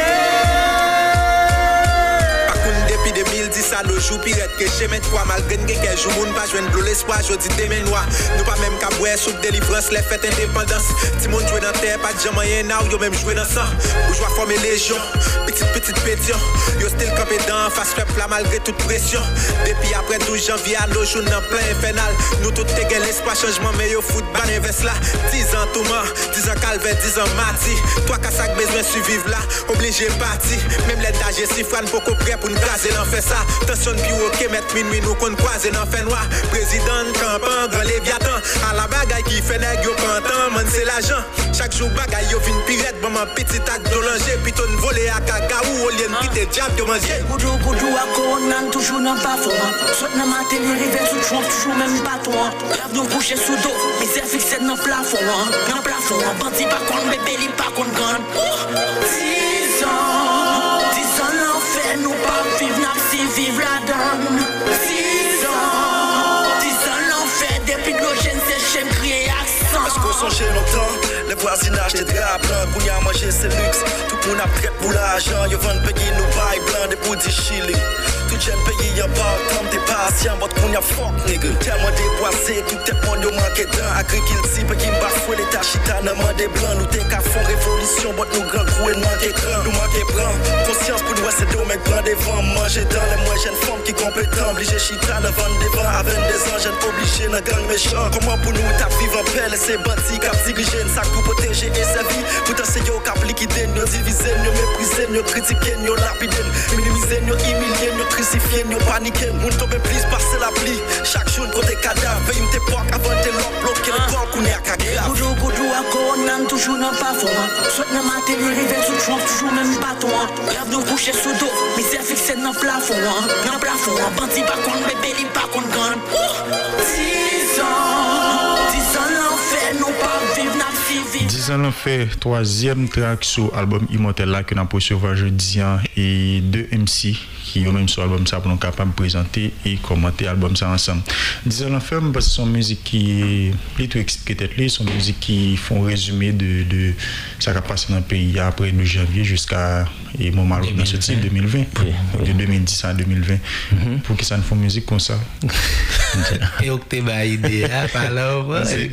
Par contre depuis deux mille dix à nos jours pirate que chez mes trois malgré que quelques jours moun pas joindre l'espoir jodi demain noir nous pas même qu'à boire sous délivrance les fêtes indépendance ti monde jouer dans terre pas de jamais rien now yo même jouer dans sang bourgeois former légion petite petite pétion yo still campé dans face peuple là malgré toute pression depuis après douze janvier à nos jours dans plein infernal nous tout te gain l'espoir changement mais yo foot ban invest là dix ans tout mort dix ans calvaire dix ans marty toi qu'à ça besoin survivre là obligé parti même les danger si fran pour prêt pour nous gazer l'enfer ça tension bureau que mettre minuit nous qu'on croiser dans fin noir président campagne grand léviathan à la bagaille qui fait nèg yo pantan man c'est l'argent chaque jour bagaille yo vinn pirate bon mon petit tac d'olanger puis ton voler à cagaou au lieu de quitter diable yo manger Goudou goudou à Conan toujours dans pas fort soit dans ma télé rive sous chou toujours même pas toi grave nous coucher sous dos misère fixée dans plafond dans plafond bandit pas contre bébé li pas contre grande dix ans dix ans l'enfer nous pas vivre n'a si vivre la donne dix ans dix ans l'enfer depuis que le jeune c'est j'aime crier accent parce qu'on songeait longtemps les voisinage des draps blancs, qu'on y a mangé c'est luxe. Tout le monde a prêt pour l'argent, yo vend pays nous bail blanc des bouts de Chili. Tout jeune pays y'a pas tant de patients, but qu'on y a fuck nigga. Tellement déboisé, tout le monde yo manqué d'un agriculture, pays m'bafoué l'état chita n'a mandé blanc. Nous t'es qu'à fond révolution, but nous grand coup et manqué grand. Nous manqué blanc, conscience pour nous c'est deux mecs blancs devant. Manger dans les moins jeunes femmes qui compétents, obligé chita ne vendre devant. À vingt-deux ans, jeunes obligés dans gang méchant. Comment pour nous t'as vivre en paix, laisser bandits cap dirigé, une sac pour protéger et servir. Pourtant c'est yo cap liquider, nous diviser, nous mépriser, nous critiquer, nous lapider, minimiser, nous humilier, nous crucifier, nous paniquer. Moun tombe plus passer la pluie. Chaque jour côté cadavre, veille m'te porte avant de l'autre bloquer le corps qu'on est à grave. Goudou goudou encore, on a toujours dans pas fond. Soit dans ma télé, rivière sous chouan, toujours même bâton. Grave nous coucher sous dos, misère fixée dans plafond. Dans plafond, bandit par contre, bébé, il par contre gun. dix ans, dix ans l'enfer, nous pas vivre, n'a vivre. dix ans l'enfer, troisième track sur l'album Immortel là que nous avons recevoir jeudi et deux M C qui ont même sur l'album ça pour nous capable de présenter et commenter l'album ça ensemble. dix ans l'enfer parce que son musique qui plutôt expliquer tête là, son musique qui font résumé de de ça qui a passé dans le pays après le janvier jusqu'à et mon malheur dans ce type deux mille vingt oui, oui. De deux mille dix à deux mille vingt. Mm-hmm. Pour que ça ne fasse musique comme ça. Et on t'a pas idée par là c'est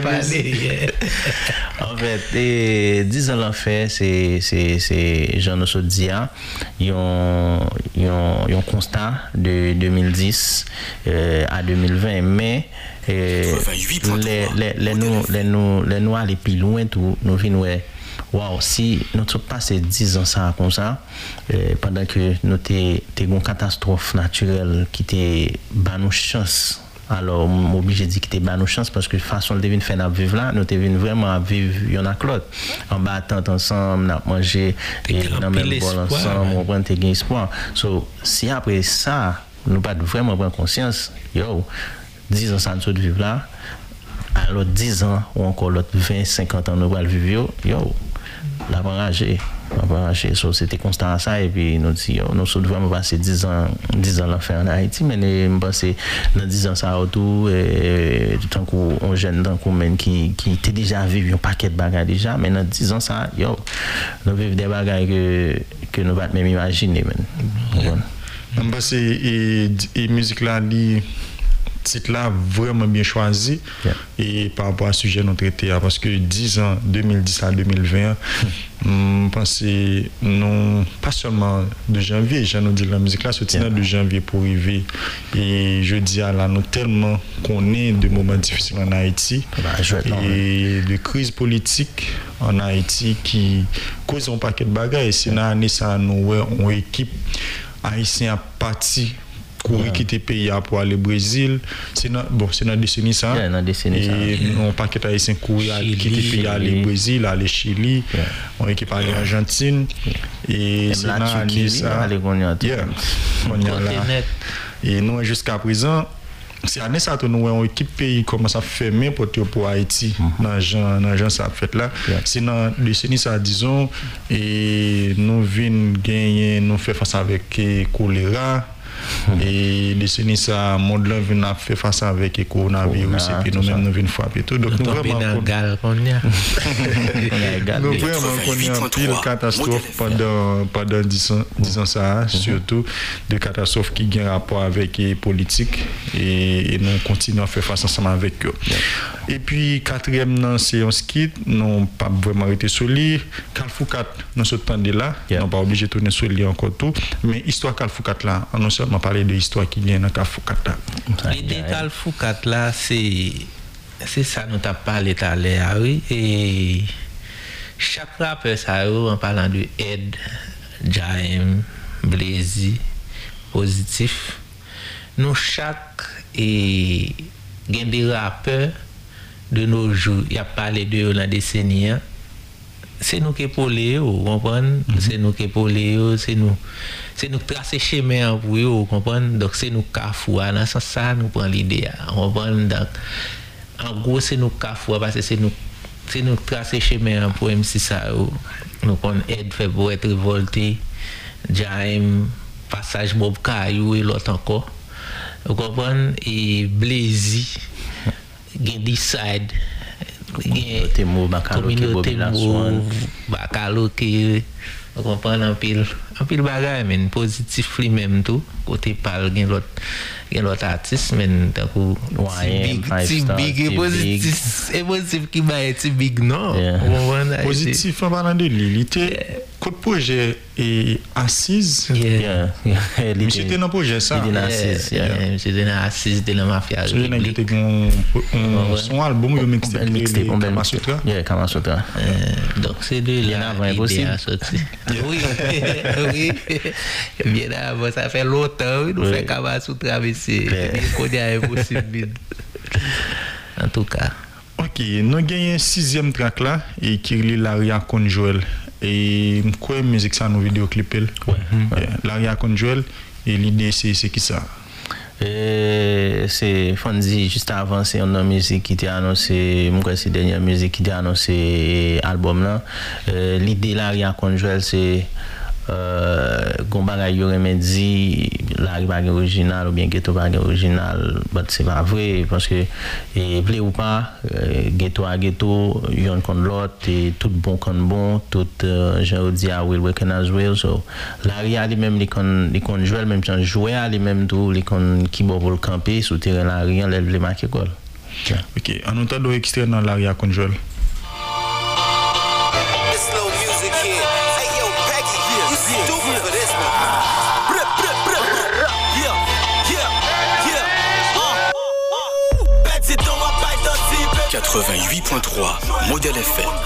en fait et dix ans l'enfer c'est c'est c'est Jean Nosso Dia ils ont ils ont ils ont constat de deux mille dix euh, à deux mille vingt mais euh, les les les nous les nous les nous aller plus loin tout nous venons ouais wow, si nous sommes passé dix ans ça comme ça, euh, pendant que nous avons une catastrophe naturelle qui était ban nous chance. Alors, je suis obligé de dire que c'était ban nous chance parce que la façon de faire à vivre là, nous devons vraiment vivre y'en a Claude. En battant ensemble, on a mangé et dans le même bol ensemble, on prend un espoir. So, si après ça, nous pas vraiment prendre conscience, yo, dix ans ça nous de vivre là, alors dix ans ou encore l'autre vingt, cinquante ans nous allons vivre, yo. La barragé, la barragé, so, c'était constant à ça et puis nous dit nous sommes vraiment passé dix ans dix ans l'enfer en Haïti mais nous passé dans dix ans ça autour et tant qu'on jeune tant qu'on même qui qui était déjà vivre un paquet de bagages déjà mais dans dix ans ça yo nous vivons des bagages que que nous pas même imaginer même. On passe et et musique là li titre là vraiment bien choisi yeah. Et par rapport à ce sujet nous traité parce que dix ans deux mille dix à deux mille vingt je pense non pas seulement de janvier j'ai nous dit la musique là sorti yeah. De janvier pour arriver et je dis à là nous tellement connaît de moments difficiles en Haïti bah, et de crise politique en Haïti qui cause un paquet de bagages et c'est dans année ça nous on équipe haïtien à partir courir quitter pays pour aller au Brésil c'est dans bon c'est dans décennie ça yeah, dans décennie ça et on paquet haïtien courir quitter pays aller au Brésil aller Chili yeah. On équipe aller en Argentine yeah. Et c'est dans année ça yeah. On y a là et nous jusqu'à présent c'est année ça nous on équipe pays commence à fermer pour pour Haïti dans gens dans gens ça fait là yeah. C'est dans décennie ça disons et nous vinn gagner nous faire face avec choléra. Et décennie ça monde là vient faire face avec le coronavirus et puis nous même nous vient frapper tout donc nous vraiment nous vraiment connaissons pile catastrophe pendant pendant dix ans dix ans ça surtout de catastrophes qui ont rapport avec les politiques et, et nous continuons à faire face ensemble avec eux. Et puis quatrième non c'est on skit non pas vraiment été solide Kalfoukat nous ce temps de là non pas obligé de tourner sur lui encore tout mais histoire Kalfoukat là on seulement parler de l'histoire qui vient dans Kalfoukat là. L'idée Kalfoukat là c'est c'est ça nous t'a parlé tout à l'heure oui et chaque rappeur ça en parlant de Ed, Jaim, Blazy, Positif nous chaque et gain des rappeurs de nos jours il y a parlé de la décennie c'est nous qui pour les vous comprenez mm-hmm. C'est nous qui pour les c'est nous c'est nous tracer chemin pour vous comprenez donc c'est nous cafou dans ce ça nous prend l'idée on prend donc en gros c'est nous cafou parce que c'est nous c'est nous tracer chemin pour M C ça nous prend aide fait pour être révolté Jaim passage Bob Kayou et l'autre encore vous comprenez et Blazy Decide Communauté mou, Bakaloke, Bobby Laswan. Bakaloke, on comprend un pile, un pile bagay, mais positif lui-même tout. Côté parle, il y a l'autre, il y a l'autre artiste, mais d'un coup, c'est big, et positif, et positif qui m'a été big, non? Positif, en parlant de lui, il était, côté projet est assise. Yeah, yeah. Monsieur était dans le projet, ça. Il était assise, yeah. Monsieur était assise de la mafia. Monsieur était dans son album, il mixé pour Kama Sutra. Yeah, Kama Sutra. Donc c'est de là l'idée a sorti. Oui, oui. Bien avant, ça fait longtemps, nous fait Kama Sutra, mais c'est impossible. En tout cas. Ok, nous avons un sixième track là, et qui est Laria Conjoel. Et quoi musique ça nos vidéoclips? Ouais. Laria Conjoel, et l'idée c'est qui ça? Euh, c'est Fonzi juste avant c'est une musique qui était annoncé moi c'est dernière musique qui était annoncé album là. Euh, l'idée Laria Conjoel c'est euh Gomba yo remedi la bagage original ou bien ghetto bagage original mais c'est pas vrai parce que et vle ou pas ghetto à ghetto yon kon l'autre et tout bon kon bon tout je dis à will work as well so Laria lui même les kon les kon jouer même temps jouer à lui même tout les kon qui bon pour le camper sous terrain Laria les le marquer quoi. OK en entendant extrait dans Laria Conjoel. quatre-vingt-huit point trois Modèle F M.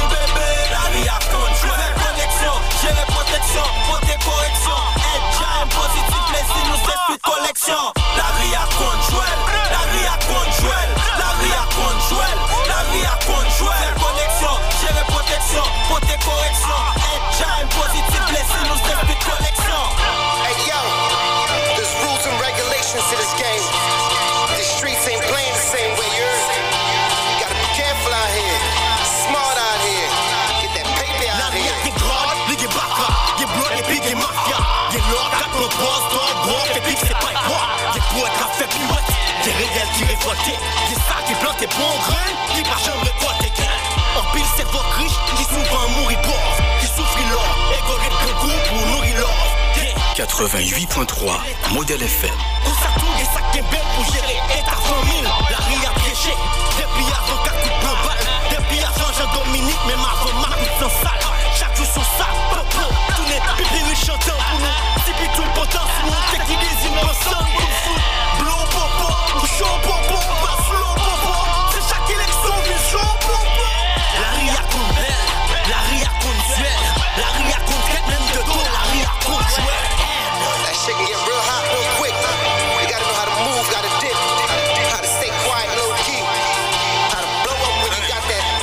Hey yo, there's rules and regulations to this game. The streets ain't playing the same way you're. Careful out here, smart out here, get that paper out here. Get grog, get baka, get blood, get big, get mafia. Get lock, got no boss, dog, walk, get big, c'est pas quoi. Get poète, la fait pirouette, get réel, qui révolté. Get ça, qui plante des bons grains, qui pas jamais récolté gain. En pile, c'est votre riche, qui souvent mourit pauvre, qui souffre l'or, et go get grand goût pour nourrir l'or. quatre-vingt-huit point trois Modèle F M. Tout ça, tout, et ça qui est belle pour gérer, et ta famille, la ria piégée. Depuis avant, qu'à coup de balle, depuis avant, Jean-Dominique, mais ma femme, ma coupe sans salle. Chaque jour, son sac, popo, tout net, pipi, le chanteur pour nous. Si puis tout le potent, si mon tech, il désigne ensemble pour le foot. Blond, popo, ou chaud, popo, pas slow, popo. C'est chaque élection, mais chaud, popo. La ria compte belle, la ria compte duel, la ria compte quête, même de dos, la ria compte duel. That shit can get real hot real quick. You gotta know how to move, gotta dip, how to stay quiet, low key, how to blow up when you got that.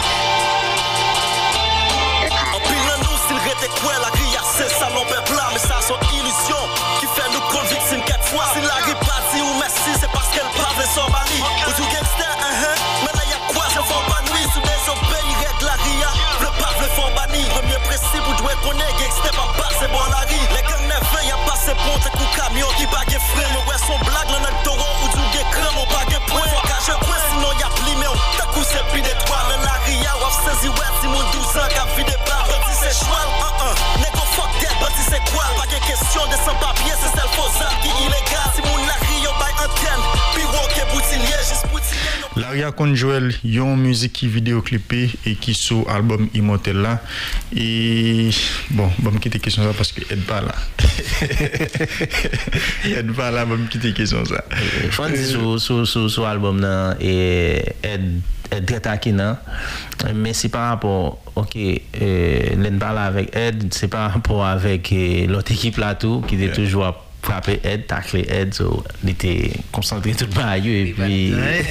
En pile nous, s'il rete quoi, la grille c'est ça l'empère plat, mais ça son illusion qui fait nous convicts une quatre fois. Si la grille pas dit ou merci, c'est parce qu'elle parle sans mali. Ou tout gangster, hein, hein, mais là y'a quoi, je fais pas nuit, sous des obéis, règle la ria. Le pape, le fond banni, premier principe, vous devez connaître, gangster, pas pas, c'est bon la rie. Les gangs neuf, y'a pas ces ponts, c'est coup camion qui bague frère, mais ouais, son blague, là, notre taureau, ou tout gay crème, on bague point. Faut cacher point, sinon y'a pli, mais on t'a coup, c'est plus d'étoiles, la ria, ou saisi, ouais, si mon douze ans, qu'a vu des barres, bâti c'est choual, un un, n'est qu'on fuck that, bâti c'est quoi, pas de question de sans-papier, c'est celle fausse qui illégal, si mon la ria, on baille antenne, puis walk et boutilier, juste boutilier. Laria Conjoel, yon musique qui vidéoclipé et qui sous album Immortel là. Et bon, je vais quitter question ça parce que elle pas là. Elle pas là, je vais quitter question ça. Fonzi sur sur sur sur album là et elle est très taquin, mais c'est par rapport OK euh l'en parle avec Ed, c'est par rapport avec l'autre équipe là tout qui était toujours frapper Ed, tacler Ed, so il était concentré tout bas et puis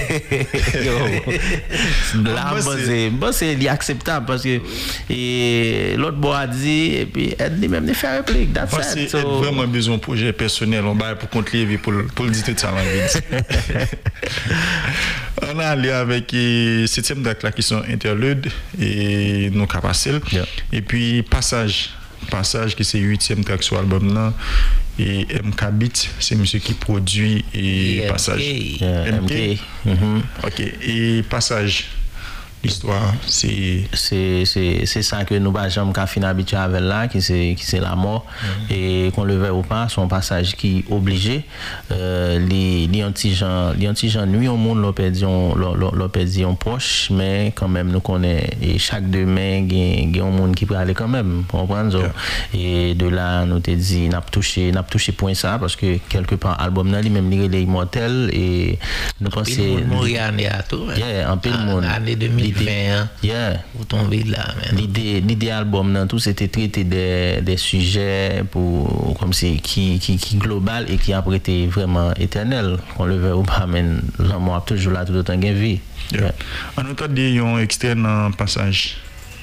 là c'est bon c'est acceptable parce que et l'autre bois a dit et puis Ed lui même fait réplique that's it. So Ed vraiment besoin projet personnel on va pour compte lever pour pour le dire tout ça en vie. On a allé avec septième track là qui sont interlude et non capacel et puis passage passage qui c'est huitième track sur l'album là. Et M K Beat, c'est monsieur qui produit et yeah, passage. Yeah, M K. M K. Mm-hmm. OK. Et passage. l'histoire, c'est c'est c'est c'est ça que nous pas jamais qu'à fin habitué avec là qui c'est qui c'est la mort mm-hmm. et qu'on le veuille ou pas son passage qui obligé euh, les les anti-gens les anti-gens nuit au monde l'ont perdu l'ont perdu un proche mais quand même nous connaît et chaque demain il y a un monde qui peut aller quand même comprendre yeah. Et de là nous te dit n'a touché n'a touché point ça parce que quelque part album là lui-même il est immortel et nous penser mourir à tout yeah en pile monde année deux mille vingt yeah vous tombez là l'idée l'idée album dans tout c'était traiter des des sujets pour comme c'est qui qui qui global et qui après été vraiment éternel qu'on le veut ou pas mais l'amour toujours là tout autant gain vie yeah. En autant de un extrait dans passage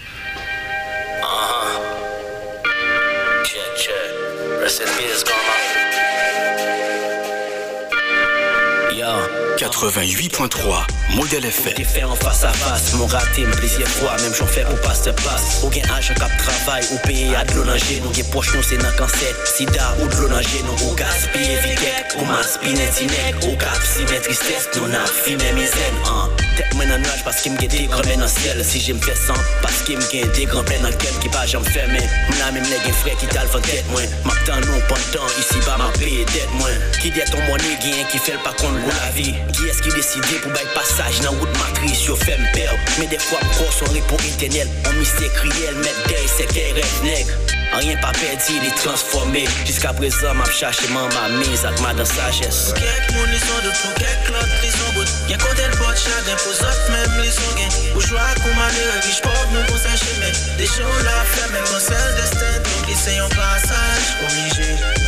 quatre-vingt-huit point trois Modèle F M. T'es fait en face à face, mon raté, me plusieurs fois, même j'en fais ou passe te passe. Ou gain agent cap travail, ou payer à de l'eau nager, nous gain poche nous c'est dans cancer, sida ou de l'eau nager, nous ou gaspiller vite, ou maspiner tinek, ou gaspiller tristesse, nous n'a fumé misère, hein. Tête moi dans nuage parce qu'il me gagne des grands dans le ciel, si j'aime faire sans, parce qu'il me gagne des grands pleins dans le qui pas jamais fermé. M'la même les gagne frère qui t'a le tête, moi. M'attend nous pendant, ici bas m'a payé tête, moi. Qui dit ton monnaie gagne, qui fait le pas contre la vie. Qui est-ce qui décide pour bailler passage dans route matrice yo fait me perdre mais des fois me console pour éternel on mystère criel mettre derrière c'est qu'un rêve nègre rien pas perdu il est transformé jusqu'à présent m'a cherché ma mise avec ma dans sagesse quelques monde sont de pour quelques l'autre ils sont bout y'a côté le pot chagrin pour autres même les sont gain bourgeois comme malheureux riche pauvre nous qu'on s'en chemin des choses là fait même on seul destin donc lycée un passage obligé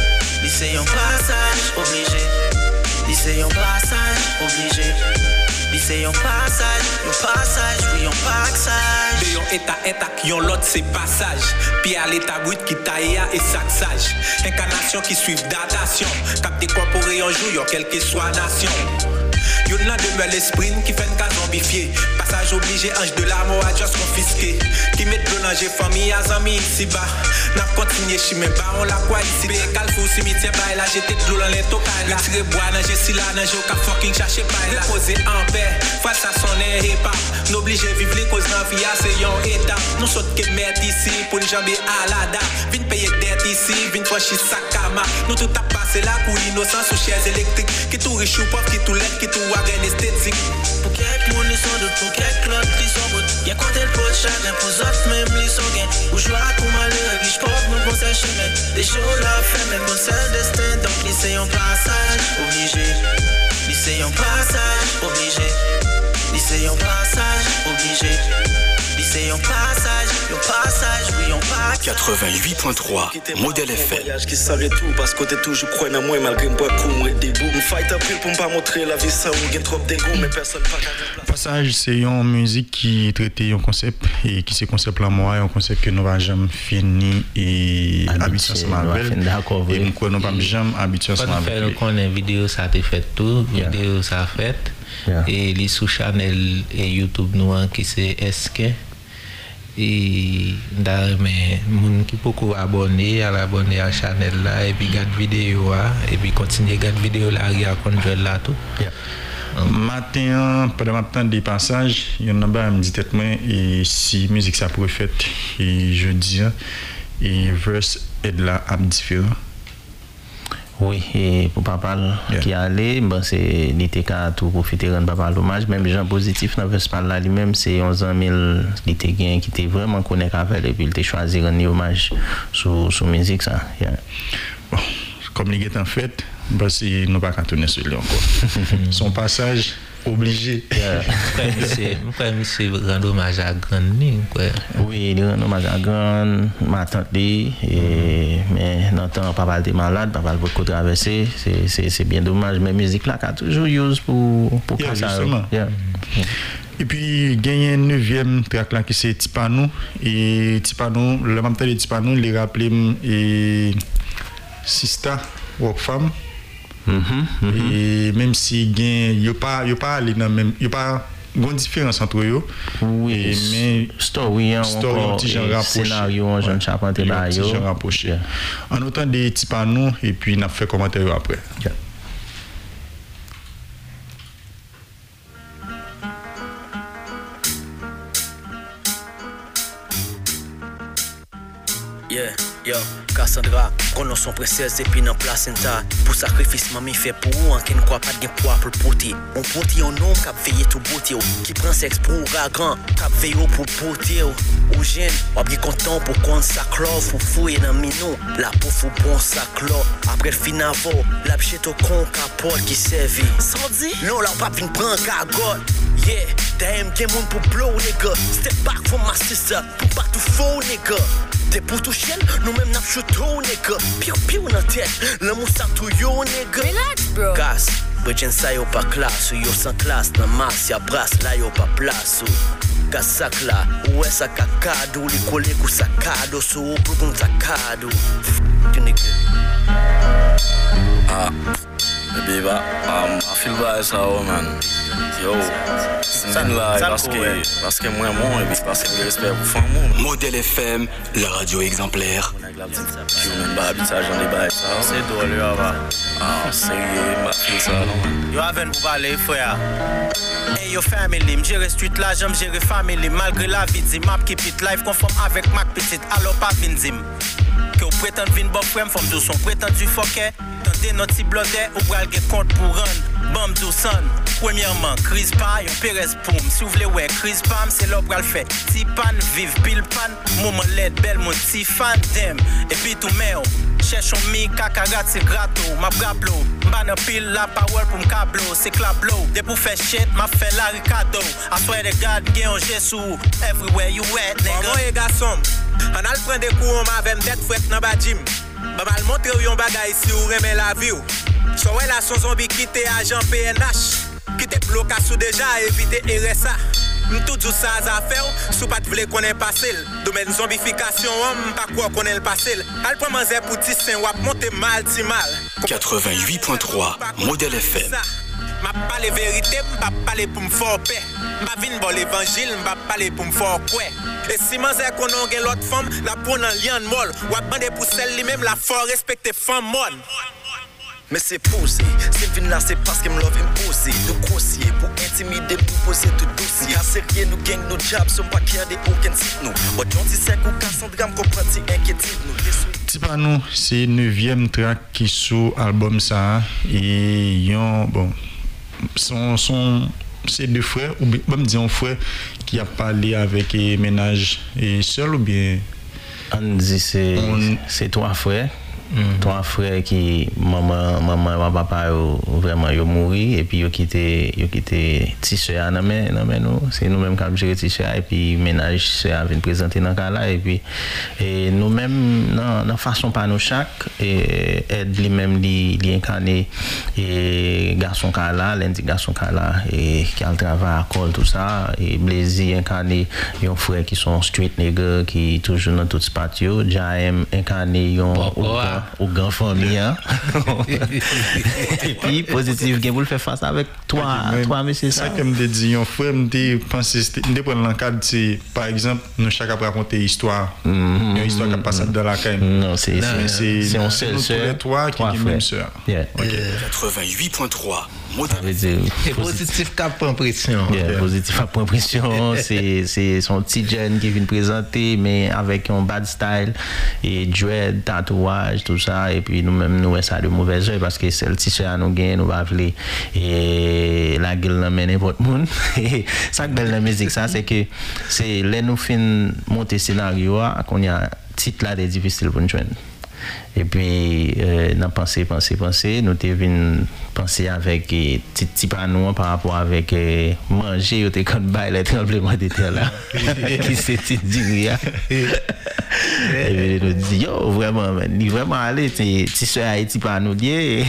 lycée un passage obligé lycée un passage obligé lycée un passage un passage oui un passage de yon état état qui yon l'autre c'est passage puis à l'état brut qui taille et saxage incarnation qui suivent datation cap décorporé un jour yon quelle que soit nation yon nan demeure l'esprit qui fait une cas zombifié passage obligé ange de la mort à juste confisqué qui met mélanger famille à amis ici bas n'a continué chemin bas on la quoi ici bé calfou cimetière bas là j'étais de l'eau dans les tocailles là tirer bois dans j'ai si là dans j'ai ka fucking chercher pas là poser en paix face à son air et pas n'obligé vivre les causes dans vie c'est yon état nous saute que mettre ici pour une jambe à la date vinn payer dette ici vinn franchir sakama nous tout a passé là pour innocence sous chaises électriques qui tout riche ou pauvre qui tout laid qui tout wagen esthétique pour quelques monde ils sont de pour quelques l'autre ils sont bout y'a côté le pot chagrin pour autres même ils sont gain bourgeois comme malheureux riche pauvre nous qu'on s'en chemin des choses là fait même on seul destin donc lycée un passage obligé lycée un passage obligé lycée un passage obligé lycée un passage un passage oui un passage quatre-vingt-huit point trois Modèle F M. Qui savait tout parce que t'es toujours croyant dans moi malgré moi pour être debout me fight un peu pour me pas montrer la vie ça ou gain trop d'égo mais personne pas passage c'est une musique qui traite un concept et qui c'est concept là moi un concept que nous va jamais fini et habitué ensemble avec et nous nous pas jamais habitué ensemble avec nous connaît vidéo ça a fait tout vidéo ça a fait yeah. Et les sous channel et YouTube nous qui c'est S K et mais moun qui beaucoup abonné à l'abonner à channel là et puis garde vidéo et puis continuer garde vidéo là il y a contrôle là tout yeah. um. Matin pendant matin des passages il y en a pas me dit tête moi et si musique ça pourrait fait et jeudi et verse est là à différent. Oui, et pour papa yeah. qui allait, bon, c'est l'été qu'à tout profiter rendre papa l'hommage. Même les gens positifs dans ce là lui-même, c'est onze mille l'été gain qui était vraiment connecté avec et puis il était choisi rendre hommage sur sur musique ça. Yeah. Bon, comme il est en fait, bah c'est nous pas qu'à tourner sur lui encore. Son passage obligé. c'est c'est rendre hommage à grande ligne quoi. Oui, rendre hommage à grande ma tante et mais dans temps papa était malade, papa beaucoup traverser, c'est c'est c'est bien dommage mais musique là qu'a toujours use pour pour yeah, ça. Yeah. Et puis gagner un neuvième track là qui c'est Tipano et Tipano le même temps de Tipano les rappeler et Sista Work Femme. Mm-hmm, mm-hmm. Et même si il y a pas il y a pas aller dans même il y a pas grande différence entre eux oui mais story story un petit genre rapproché scénario un genre charpentier là yo genre rapproché en autant des Tipano et puis n'a fait commentaire après yeah. Yo, Cassandra, prenons son princesse et puis dans placenta. Pour sacrifice, mamie fait pour ou, en qui ne croit pas de poids pour le poti. On poti un homme qui a veillé tout beauté, qui prend sexe pour grand, qui a veillé pour beauté. Ou jeune, ou bien content pour qu'on s'acclore, pour fouiller dans minou. La peau faut bon s'acclore. Après le finavo, la bchette au con capote qui servit. Sans dire, non, là, on va venir prendre cagotte. Yeah, damn, game on pour blow, nigga. Step back from my sister, pour pas tout faux, nigga. T'es pour tout chien, nous-mêmes n'a chuto, nigga. Piou piou dans tête, l'amour ça tout yo, nigga. Relax, bro. Gas, bridgen ça yo pas classe, yo sans classe, dans masse, y'a brasse, là yo pas place. Gas sac là, ouais ça cacado, les collègues ou sacado, so pour qu'on sacado. Tu nigga. Ah, baby, bah, um, I feel bad, ça, oh man. Yo, c'est une là, parce que, parce que moi, moi, et puis parce que je respecte pour faire mon. Modèle F M, la radio exemplaire. Je ne même pas habitage dans les bails, ça. C'est drôle, yo, va. Ah, sérieux, ma fille, ça, non. Yo, avant de vous parler, frère. Hey, yo, family, m'gère street là, j'aime gérer family. Malgré la vie, dis, map keep it life conforme avec Mac Petit, alors pas vinzim. Que vous prétendez vin bon frère, femme de son prétendu foquet. Tentez notre petit blodet, ou bral gen compte pour run. Bam do son. Premièrement, crise pas, yon Perez poum. Si vous voulez, ouais, crise pam, c'est là bral fait. Ti pan, vive pile pan. Moment led, belle, mon ti fan, dem. Et puis tout meo. Cherchons mi, kakarat, c'est grato. Ma brablo. M'ban pile la parole pour m'cablo. C'est clablo. Dès pour faire shit, m'a fait la Ricardo. I swear to God, gen yon Jésus. Everywhere you at, nigga. Bon, moi, garçon. On a le prendre des coups, on m'avait m'dette fouette dans ba gym. Ba mal montre yon bagay si ou remet la vie ou. So ouais la son zombie qui t'es agent P N H. Qui t'es bloqué sous déjà éviter R S A. M'tout tout ça à faire, sous pas de vle qu'on est passé. Domaine zombification, on pas quoi qu'on est le passé. Al prend manzer pour ti saint wap monter mal ti mal. quatre-vingt-huit point trois, Modèle F M. M'a parlé vérité, m'a parlé pour me faire paix. M'a vinn bon l'évangile, m'a parlé pour me faire quoi. Et si manzer qu'on a gen l'autre femme, la prend en lien molle. Ou demander pour celle lui même la faut respecter femme molle. Mais c'est posé, c'est vin là c'est parce que me love imposé. Nous grossier pour intimider, pour poser tout dossier. Sérieux nous gang nos jobs, sont pas qui a des aucun site nous. But don't see c'est qu'on casse en drame, comprendre si inquiétude nous. Tipano, c'est neuvième track qui sous album ça et yon bon son son c'est deux frères ou bien bon disons frère qui a parlé avec et ménage et seul ou bien on dit c'est on... c'est trois frères. Mm-hmm. Trois frères qui maman maman papa yo, vraiment yo mouri et puis yo quitté yo quitté t-shirt nan men nan men nous c'est nous même qui avons géré t-shirt et puis ménage c'est vient présenter dans cas là et puis et nous même dans dans façon pas nous chaque et aide lui même li li incarné et garçon cas là lundi garçon cas là et qui a le travail à col tout ça et Blazy incarné yon frère qui sont street nigga qui toujours dans tout spot yo Jaem incarné yon au grand famille hein. Et puis positif game pour faire face avec toi toi monsieur ça comme de dit un frère me penser me prendre l'encadre c'est par exemple nous chaque après raconter histoire une histoire qui passe dans la caille non c'est c'est c'est on seul sœur toi qui est même sœur quatre-vingt-huit point trois c'est positif cap prend pression yeah, positif cap prend pression c'est c'est son petit jeune qui vient présenter mais avec un bad style et dread tatouage tout ça et puis nous même nous ça de mauvaise oeil parce que c'est le t-shirt nous gagne nous va appeler et la gueule dans n'importe monde et ça belle la musique ça c'est que c'est là nous fin monter scénario qu'on y a titre là des difficile pour nous joindre. Et puis euh, n'a pensé penser penser nous t'es vinn penser avec petit petit panneau par rapport avec euh, manger ou t'es comme bail les tremblements de terre là qui c'est dit et puis nous dit yo vraiment ni vraiment aller t'es tu sois Haïti par nous dire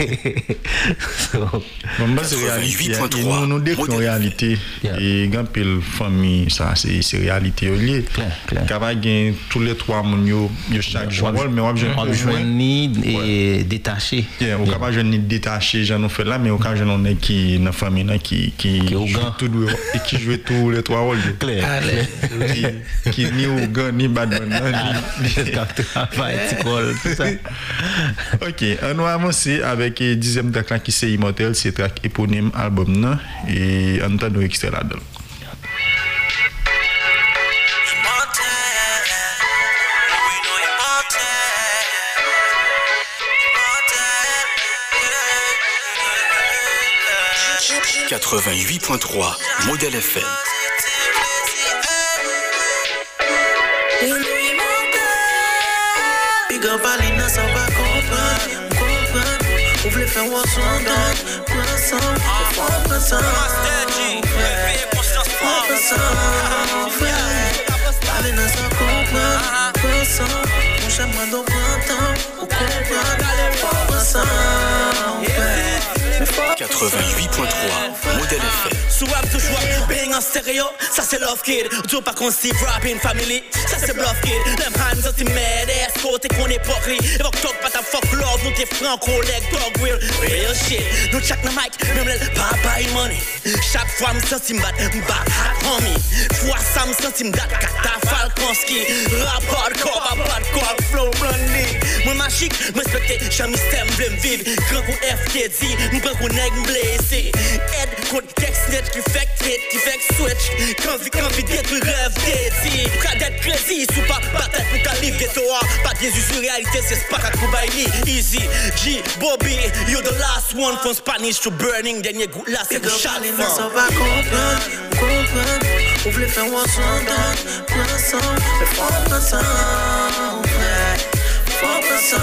bon c'est réalité nous nous décrivons réalité et grand pile famille ça c'est c'est réalité au lieu capable gain tous les trois moun yo chaque jour mais on ni et détaché au capable jeune ni détaché j'en fait là mais au cas jeune on est qui dans famille là qui qui tout et qui joue tous les trois rôles clair qui ni au gars ni badman ni travail ticol tout ça. OK on va avancer avec dixième track là qui c'est Immortel c'est track éponyme album là et on entend extrait là-dedans. Immortel, we know Immortel. quatre-vingt-huit point trois, Modèle F M. Big up Alina, ça va comprendre, comprendre. Vous voulez faire voir son don, prends ça, prends ça. Prends ça, Alina, ça comprendre, prends ça. Mon chemin d'eau prend temps, ou comprendre, prends ça. quatre-vingt-huit point trois, Modèle F M. Swap toujours, being en stéréo, ça c'est Love Kid. Ou pas qu'on Steve Rapping Family, ça c'est Bluff Kid. Them hands on the mad ass, côté qu'on est pas gris. Évoque talk, pas ta fuck love, nous t'es franco, leg dog real, real shit. Nous check the mic, même le papa et money. Chaque fois me sens m'bat, m'bat hot homie. Fois ça me sens m'dat, kata Falkonski. Rap hardcore, rap hardcore, flow blondie. Moi magique, moi respecté, jamais stem, blême vive. Grand coup F T D, nous prends qu'on nègre blessé. Ed, contre text net qui fait hit, qui fait switch. Quand vi, quand vi détruit rêve d'éti. Cadet crazy, sous pas patate pour calibre ghetto. Pas de Jésus, réalité, c'est spacat pour baili. Easy, G, Bobby, you're the last one from Spanish to burning. Dernier goût là, c'est pour chaque fois. Ça va comprendre, comprendre. Vous voulez faire voir son don, prends ça, mais faut pas ça, frère. Faut pas ça,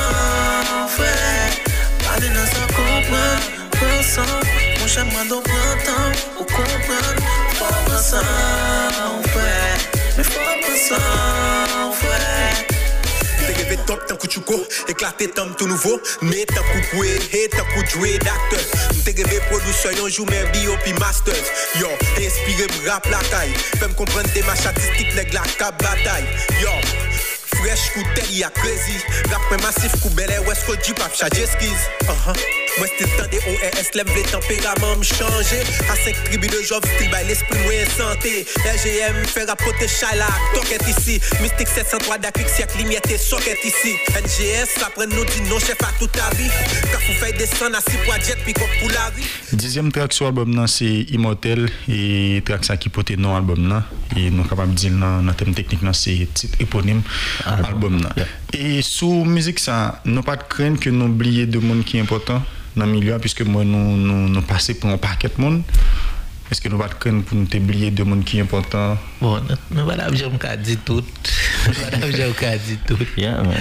frère. Alina, ça comprendre, prends ça. Mon chemin d'eau prend temps, ou comprendre. Faut pas ça, frère. Mais faut pas ça, frère. T'es rêvé top, t'as coup de chouko, éclaté tom tout nouveau. Mais t'as coup de jouer, t'as coup de jouer d'acteur. T'es rêvé production, yon joue mes bio puis masters. Yo, inspiré m'rap la caille. Fais m'comprendre des matchs artistiques, nèg la cap bataille. Yo, fresh coup de y'a crazy. Rap massif, coup bel air, West Coast, Jeep, Apcha, Jeskiz. Uh-huh. Moi c'était temps des O R S, lève les tempéraments m'changer. À cinq tribus de job, style by l'esprit moins santé. R G M, faire rapporter Chala, toquette ici. Mystique sept cent trois d'Afrique, siècle, limité, socket ici. N G S, après nous dit non, chef à toute ta vie. Car vous faites descendre à six poids jet, puis comme pour la vie. Dixième track sur l'album, c'est Immortel. Et track ça qui porte non album, et nous sommes capables de dire dans le thème technique, c'est titre éponyme album. Yeah. Et sous musique, ça, nous pas de crainte que nous oublions de monde qui est important dans le milieu, puisque moi, nous, nous, nous passons pour un paquet de monde. Est-ce que nous pas de crainte pour nous oublier de monde qui est important? Bon, nous voilà, je me dis tout. Voilà, je me dis tout. Yeah, man.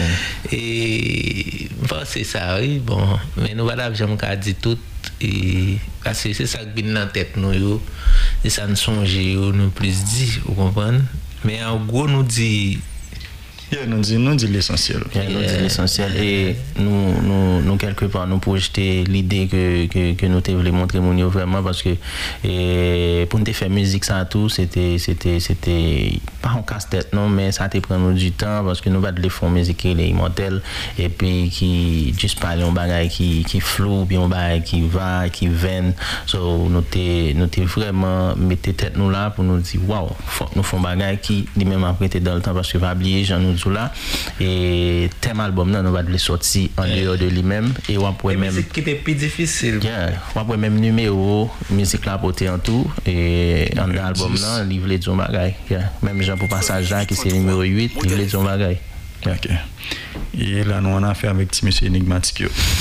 Et bon, c'est ça, oui, bon. Mais nous voilà, je me dis tout. Et parce que c'est ça qui vient dans la tête, nous, et ça nous songe, nous plus dit, vous comprenez? Mais en gros, nous dit. Yeah, nous dit nous dit l'essentiel. Yeah, nous dit l'essentiel et nous nous nous quelque part nous projeter l'idée que que que nous voulons montrer mon vraiment parce que et pour nous faire musique ça tout c'était c'était c'était pas en casse-tête non mais ça te prend nous du temps parce que nous va de faire musique les immortels et puis qui juste parler un bagage qui qui flou puis un bagage qui va qui vient so nous te nous te vraiment mettre tête nous là pour nous dire waouh faut nous font bagage qui lui même après dans le temps parce que va oublier j'en nous là et thème album là nous va le sortir en dehors de lui-même et on pourrait même musique qui était plus difficile yeah, on pourrait même numéro musique là porter en tout et en album là livrer du bagage yeah. Même gens pour passage là qui c'est numéro huit livrer du bagage yeah. OK et là nous on a fait avec petit monsieur énigmatique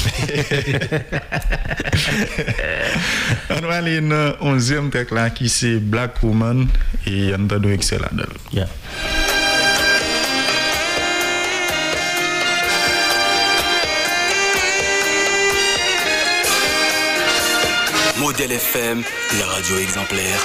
on va aller dans onzième track là qui c'est Black Woman et on entend excellent yeah. Modèle F M, la radio exemplaire.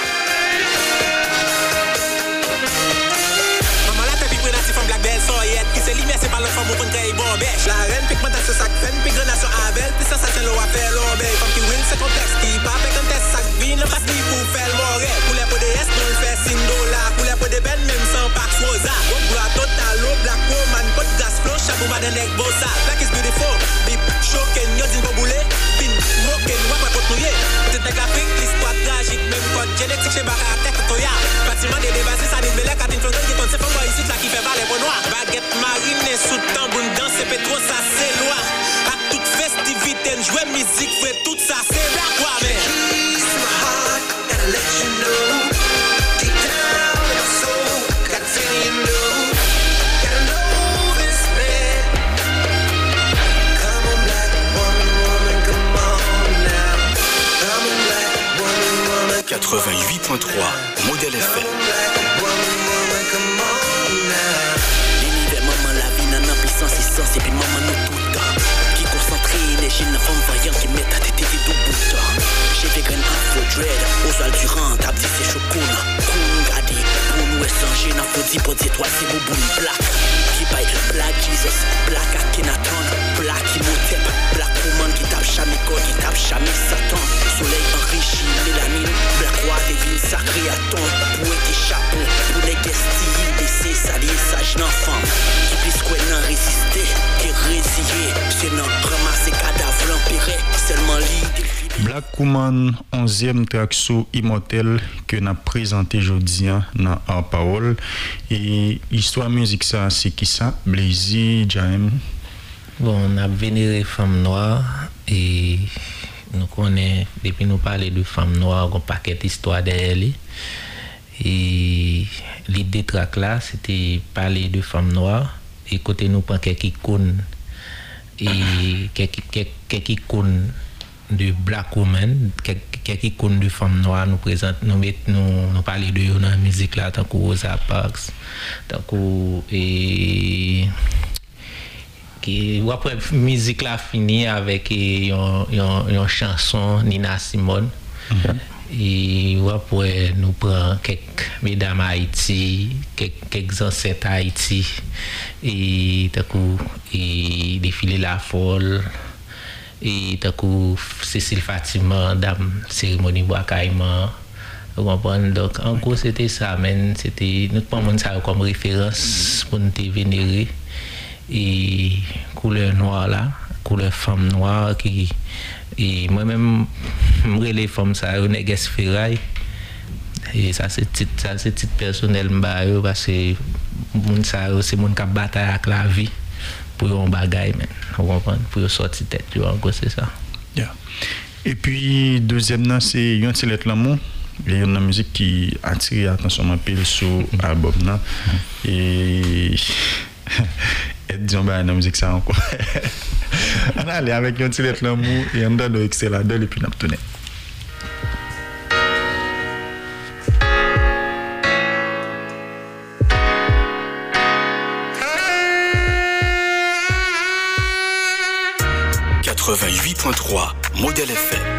Maman la t'as piqué natif en black belle soyette qui se limite c'est pas l'enfant pour qu'on caille bon bêche. La reine pique dans ce sac fen pique nation avec puis ça ça tient l'eau à faire l'eau bête. Comme qui win c'est contexte qui pas avec un test sac vin le passe pour faire le morel. Pour les pots de S pour le faire sindola. Pour les pots de ben même sans pax rosa. Pour la total low black woman pot gas flow chapeau va d'un neck bossa. Black is beautiful. Bip choqué yo din pas bouler. Pin moqué moi pas pot nouiller. C'est un graphique, l'histoire tragique, même code génétique chez Barra Tech Toya. Bâtiment des débassés, ça n'est belé, quand une flotte qui tombe, c'est pas moi ici, là qui fait valer pour noir. Baguette marinée sous tambour, danse, et pétro, ça c'est loin. À toute festivité, jouer musique, fait tout ça, c'est la quoi, mais. Keys to my heart, gotta let you know. Deep down in my soul, gotta tell you know. Gotta know this man. Come on, black woman, woman, come on now. Come on, black woman. quatre-vingt-huit point trois, Modèle F M. L'univers, maman, la vie, nan puissance et sens, et puis maman, nous tout le temps. Qui concentre énergie, la femme vaillante qui met à tête et tout bout de temps. J'ai fait un afro dread, Oswald Durant, t'as dit c'est chocolat. Kungadi, pour nous échanger, n'a faut dire pour dire toi, c'est Bouboune Black. Qui paye Black Jesus, Black Akhenaton, Black Imhotep, Black Woman qui tape jamais God, qui tape jamais Satan. Soleil enrichi, mélanine, Black Roi devine sacré à ton. Pour être chapeau, pour les guestilles, baisser, salir, sage d'enfant. Qui puisse quoi non résister, qui résiller, c'est non ramasser cadavre l'empiré, seulement l'idée. Black Woman, onzième track sous Immortel que n'a présenté aujourd'hui dans Art Parole. Et histoire musique ça, c'est qui ça? Blazy, Jaime. Bon, on a vénéré les femmes noires et nous connaissons, depuis nous parler de femmes noires, on a un paquet d'histoires derrière elles. Et l'idée de track là, c'était parler de femmes noires et côté nous prend quelques icônes et quelques quelques icônes de black women, quelques icônes de femmes noires nous présente, nous nous nous parler de eux dans la musique là, tant que Rosa Parks, tant que et qui après musique là fini avec une une chanson Nina Simone. Mm-hmm. Et après nous prend quelques mesdames Haïti, quelques, quelques ancêtres Haïti et tant que et défiler la folle. Et tant que Cécile Fatima, dame cérémonie bois caïman, vous comprenez. Donc en gros c'était ça, mais c'était nous prenons ça comme référence pour nous vénérer et couleur noire là, couleur femme noire qui et moi-même me les femmes ça on est ferraille et ça c'est titre ça c'est titre personnel m'ba parce que moun ça c'est moun qui bataille avec la vie pour un bagaille mais on comprend pour sortir tête tu vois c'est ça. Yeah. Et puis deuxième là c'est Yon Tilette L'amour, il y a une musique qui attire l'attention un peu sur l'album là et et disons bah la musique ça encore. On a allé avec Yon Tilette L'amour et on donne l'extrait là-dedans et puis on a tourné. quatre-vingt-huit point trois, Modèle F M.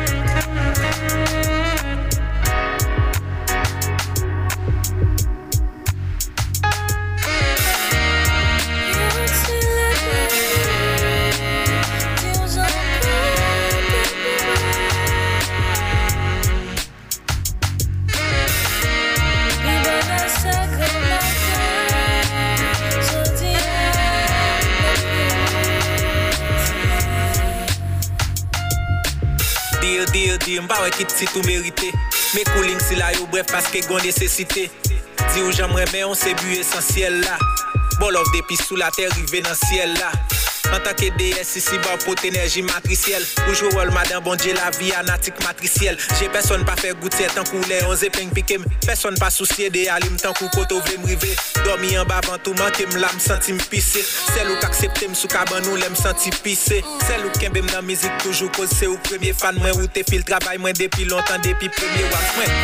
Dire, dire, m'pa wè ki ti tout mérité. Mais cooling si la yo bref parce que gon nécessité. Di ou j'aimerais mais on c'est but essentiel là. Ball of depuis sous la terre rivé dans ciel là. En tant que D S ici bas pour énergie matricielle. Ou jouer rôle madame bon Dieu la vie anatique matricielle. J'ai personne pas faire goûter tant qu'on les onze ping piqué. Personne pas soucier des alim tant qu'on koto vle m'river. Dormi en bas avant tout manquer m'la m'senti m'pisser. Celle ou qu'accepter m'sou caban ou l'aime senti pisser. Celle ou kembe m'dan musique toujours cause c'est ou premier fan moi ou te fil travail moi depuis longtemps depuis premier wax moi.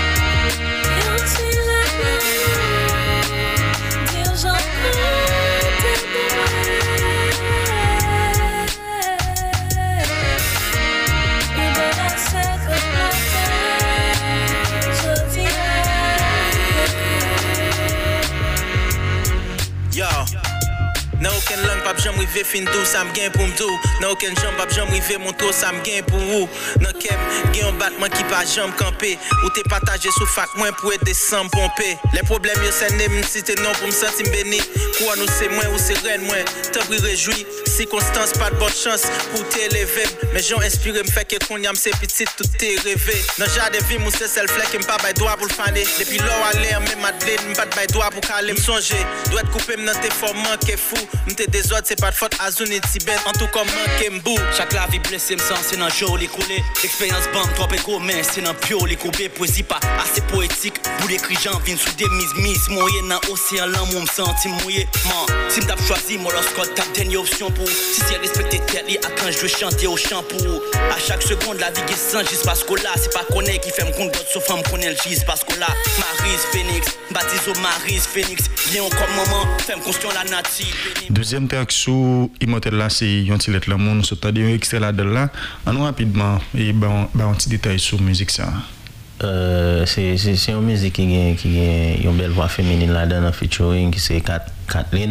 Yo, nan aucun langue pas j'aime river fin tout ça me gain pour m'dou. Nan aucun jambe pas j'aime river mon tour ça me gain pour ou. Nan kem gain un battement qui pas jambe camper ou t'es partagé sous fat moins pour être descendre pomper. Les problèmes yo c'est nem si t'es non pour me sentir béni. Quoi nous c'est moins ou c'est reine moins. T'en pris réjoui, circonstance pas de bonne chance pour t'élever. Mais j'en inspiré me fait que qu'on y a c'est petit tout t'es rêvé. Nan jardin vie mou c'est celle flèche qui me pas bail droit pour le faner. Depuis l'or aller même Madeleine me pas bail droit pour caler me songer. Doit être coupé me dans tes formants qui fou. M'te désolé méthode, c'est pas de faute à zone et Tibet. En tout cas, manqué m'bou. Chaque la vie blessée me sent, c'est dans jour les coulés. L'expérience bande, trop égo, mais c'est dans pio les coupés. Poésie pas assez poétique. Bout d'écrit, j'en viens sous des mises, mises. Mouillé dans l'océan, l'amour me senti mouillé. Man, si m'tap choisi, moi lorsqu'on tape dernière option pour. Si c'est respecter tête, li à quand je veux chanter au chant pour. À chaque seconde, la vie qui sent juste parce que là, c'est pas connaît qui fait me compte d'autres, sauf me connaît le gis parce que là, Maryse Phoenix, baptise au Maryse Phoenix. Viens comme maman, fais me construire la nature. Deuxième track sous Immortel là, c'est yon ti let l'amour, nous sommes un extrait là de là. En rapidement, et ben un petit détail sur musique ça. Euh, c'est c'est c'est une musique qui gagne qui gagne une belle voix féminine là-dedans, featuring qui c'est Kathleen.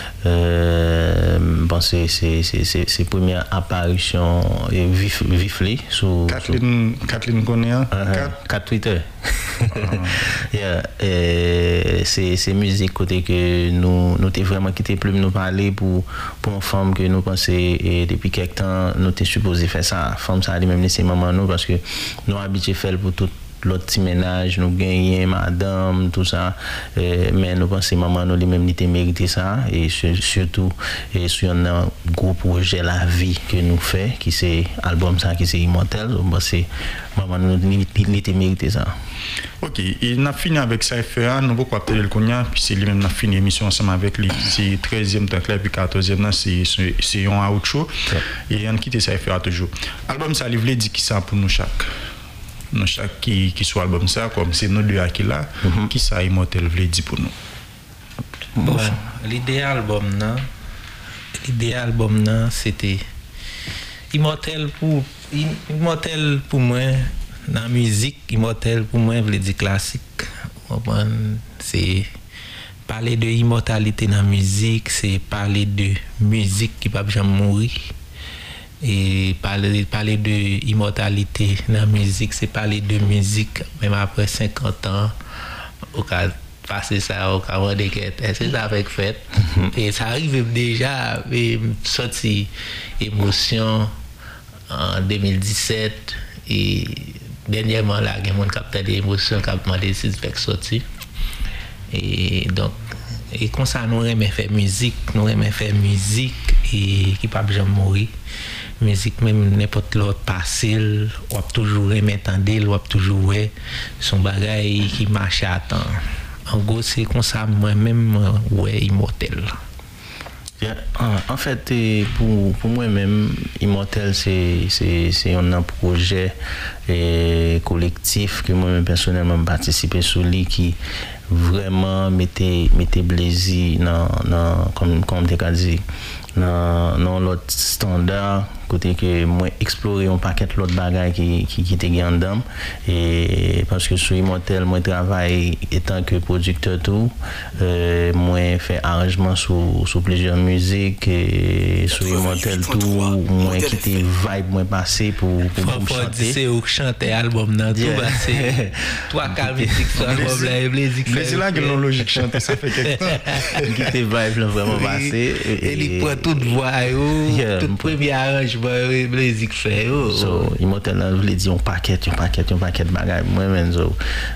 Euh, bon c'est c'est c'est c'est c'est première apparition et vif viflé sur Kathleen Kathleen connaît quatre Twitter. Yeah, et c'est c'est musique côté que nous nous t'ai vraiment quitté plus nous parler pour pour une femme que nous penser et depuis quelque temps nous t'ai supposé faire ça femme ça a même laisser maman nous parce que nous habitués faire pour tout l'autre petit ménage nous gagner madame tout ça euh, mais nous pensons maman nous lui-même n'était mérité ça et surtout et sur un gros projet la vie que nous fait qui c'est album ça qui c'est Immortel c'est maman nous n'était mérité ça. OK, et on a fini avec ça F A, nous beaucoup appeler le Konya puis c'est lui-même on a fini l'émission ensemble avec lui, c'est treizième track là puis quatorzième là c'est c'est un outro et on quitte ça F A toujours. Album ça livre dit qui ça pour nous chaque nous chaque qui qui soit album ça comme c'est nous deux qui là mm-hmm. qui ça Immortel veut dire pour nous. Bon, l'idée album là l'idée album là c'était Immortel pour Immortel pour moi dans la musique Immortel pour moi veut dire classique. C'est parler de immortalité dans la musique, c'est parler de musique qui va jamais mourir. Et parler, parler de immortalité dans la musique, c'est parler de musique, même après cinquante ans, au cas passer ça, au cas où des quêtes, c'est ça avec fait. Et ça arrive déjà, et sorti émotion en deux mille dix-sept, et dernièrement, là, il y a un capteur d'émotion qui a demandé si c'est sorti. Et donc, et comme ça, nous aimons faire musique, nous aimons faire musique et qui ne peut jamais mourir. Musique même n'importe l'autre passé on a toujours aimé entendre on a toujours ouais son bagage qui marche à temps en gros c'est comme ça moi même ouais Immortel. Yeah. En fait pour pour moi même Immortel c'est c'est c'est un projet et collectif que moi même personnellement participé sur lui qui vraiment mettait mettait plaisir dans dans comme comme tu as dit dans dans l'autre standard côté que moi explorer un paquet l'autre bagaille qui qui qui était dedans et parce que sur Immortel moi travaille étant que producteur tout euh, moi fait arrangement sur sur plusieurs musiques et sur Immortel tout moi quitter vibe moi passer pour pour, pour chanter c'est au chanter album dans tout bah c'est toi qui musique sur album là musique mais c'est là que l'on logique chanter ça fait quelque temps quitter vibe là vraiment passer et il prend toute voix tout premier arrangement musique fait so Immortel là veut dire un paquet un paquet un paquet de bagages moi même so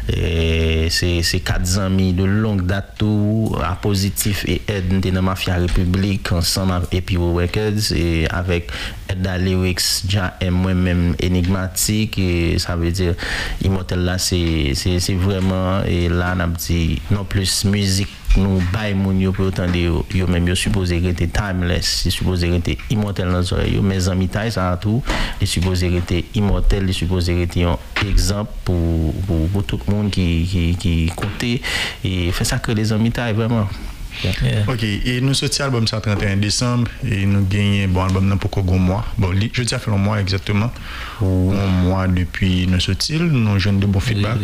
et c'est c'est quatre amis de longue date tout à Positif et Ed dans Mafia République ensemble et puis Records et avec Edda Lyrics ja et moi même énigmatique et ça veut dire Immortel là c'est c'est c'est vraiment et là on a dit non plus musique nous bail moun yo pour entendre yo même yo supposé être timeless c'est supposé être immortel dans yo mes amis taille ça tout les supposé être immortel les supposé être un exemple pour, pour pour tout le monde qui qui qui compter et fait ça que les amis taille vraiment. Yeah. OK, et nous sorti album ça trente et un décembre et nous gagné bon album nan pour un mois. Bon, je dis à faire un mois exactement. Oh. Un mois depuis nous sorti, nous jeunes de bon feedback.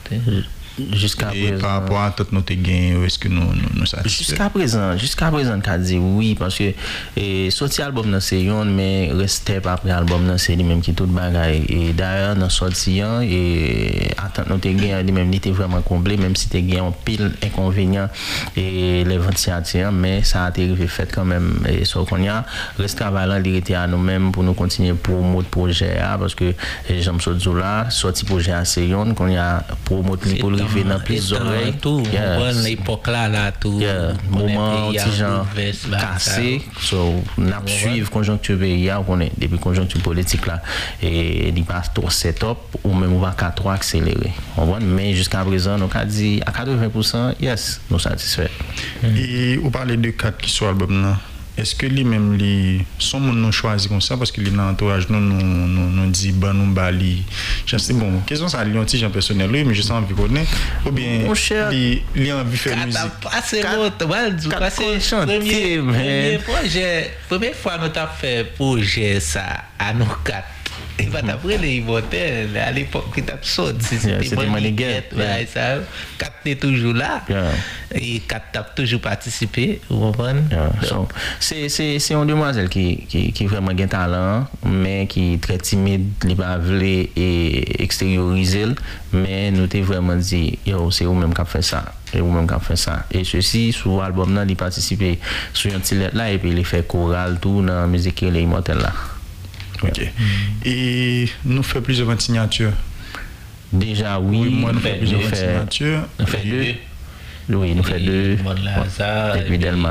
Jusqu'à présent par rapport à tout notre gain est-ce que nous nous, nous satisfait jusqu'à présent jusqu'à présent qu'a dit oui parce que et sorti album dans c'est yon mais rester après album dans c'est lui même qui tout bagaille et d'ailleurs dans sorti et attendre notre gain lui même était vraiment complet même si t'es gain en pile inconvénient et les ventilateurs mais ça a été fait quand même et ça qu'on y a reste travaillant il était à nous mêmes pour nous continuer pour mode projet parce que j'aime ce là sorti projet à c'est yon qu'on y a promote pour arrivé dans plusieurs oreilles. Tout, l'époque là, là, tout. Moment, petit genre cassé. So, on a suivi conjoncture pays, on est depuis conjoncture politique là, et il passe trop setup, ou même on va qu'à trop accélérer. Mais jusqu'à présent, on a dit à quatre-vingts pour cent, yes, nous satisfaits. Et vous parlez de quatre qui sont albums là. Est-ce que les mêmes les sont nous choisi comme ça parce que les dans entourage nous nous nous dit ben nous bali je sais bon question ça li un petit gens personnel mais je sens envie connaître ou bien les les envie faire musique passer l'autre ouais du passer chanter premier projet première fois nous t'a fait projet ça à nous quatre. Il va t'apprendre les immortels à l'époque qui t'a sorti c'était Maniguette ouais ça quatre est toujours là et quatre t'a toujours participé vous comprenez c'est c'est c'est une demoiselle qui qui qui vraiment gain talent mais qui est très timide il pas veut et extérioriser mais nous t'ai vraiment dit yo c'est vous même qui fait ça et vous même qui fait ça et ceci sur album là il participer sur un petit là et puis il fait chorale tout dans musique les immortels là. Ok. Mm. Et nous faisons plusieurs signatures. Déjà, oui. oui moi, nous faisons plusieurs fait, signatures. Nous faisons deux. Oui, nous faisons deux. Et puis Delma.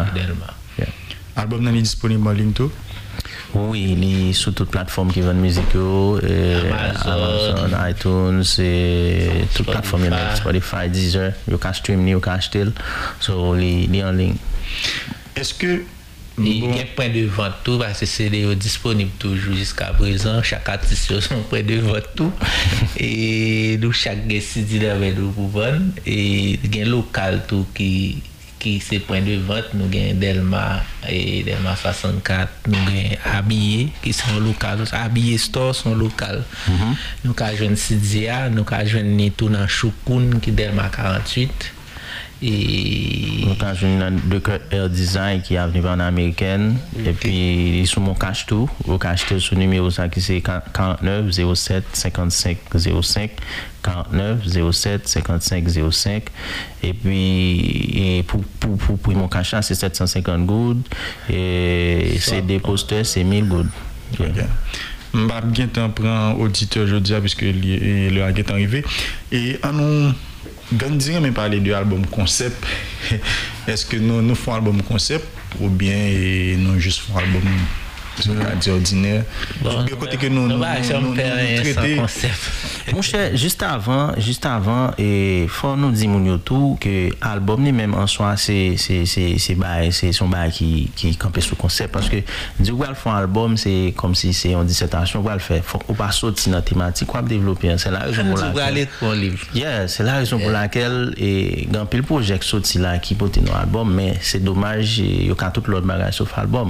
L'album est disponible en ligne tout? Oui, il est sur toutes les plateformes qui vendent musique. Euh, Amazon, Amazon, iTunes, et toutes les plateformes. Spotify, Deezer. Vous pouvez streamer, vous pouvez acheter. So, il est en ligne. Est-ce que il y a un point de vente tout parce que c'est disponible toujours jusqu'à présent. Chaque artiste a son point de vente tout. Et nous, chaque C D avec nous pour vendre. Et il y a un local tout qui qui c'est point de vente. Nous avons Delma et Delma soixante-quatre. Nous avons Habillé qui sont locaux. Habillé Store sont locaux. Mm-hmm. Nous avons joué Sidia. Nous avons joué tout dans Choukoun qui est Delma quarante-huit. Et donc j'ai deux Air Design qui est venu en américaine okay. Et puis sur mon cache tout au cache tout sur numéro ça qui c'est quarante-neuf zéro sept cinquante-cinq zéro cinq quarante-neuf zéro sept cinquante-cinq zéro cinq et puis et pour pour pour, pour mon cache c'est sept cent cinquante good et c'est des posters c'est mille good. Okay. M'ba bien temps prend auditeur aujourd'hui puisque le le est arrivé et en nous Gandhi mais parler de album concept. Est-ce que nous nous faisons album concept ou bien nous juste faisons album c'est ordinaire. Bon, de côté que nous nous traiter concept. Mon cher, juste avant, juste avant et faut nous dire mon tout que album ni même en soi c'est c'est c'est c'est bail c'est son bail qui qui camper sur concept parce que du coup faire un album c'est comme si c'est en dissertation quoi le faire faut pas sortir dans thématique quoi développer c'est la raison pour laquelle yeah c'est la raison pour laquelle et grand pile projet sorti là qui porte dans album mais c'est dommage il y a tout l'autre bagage sauf album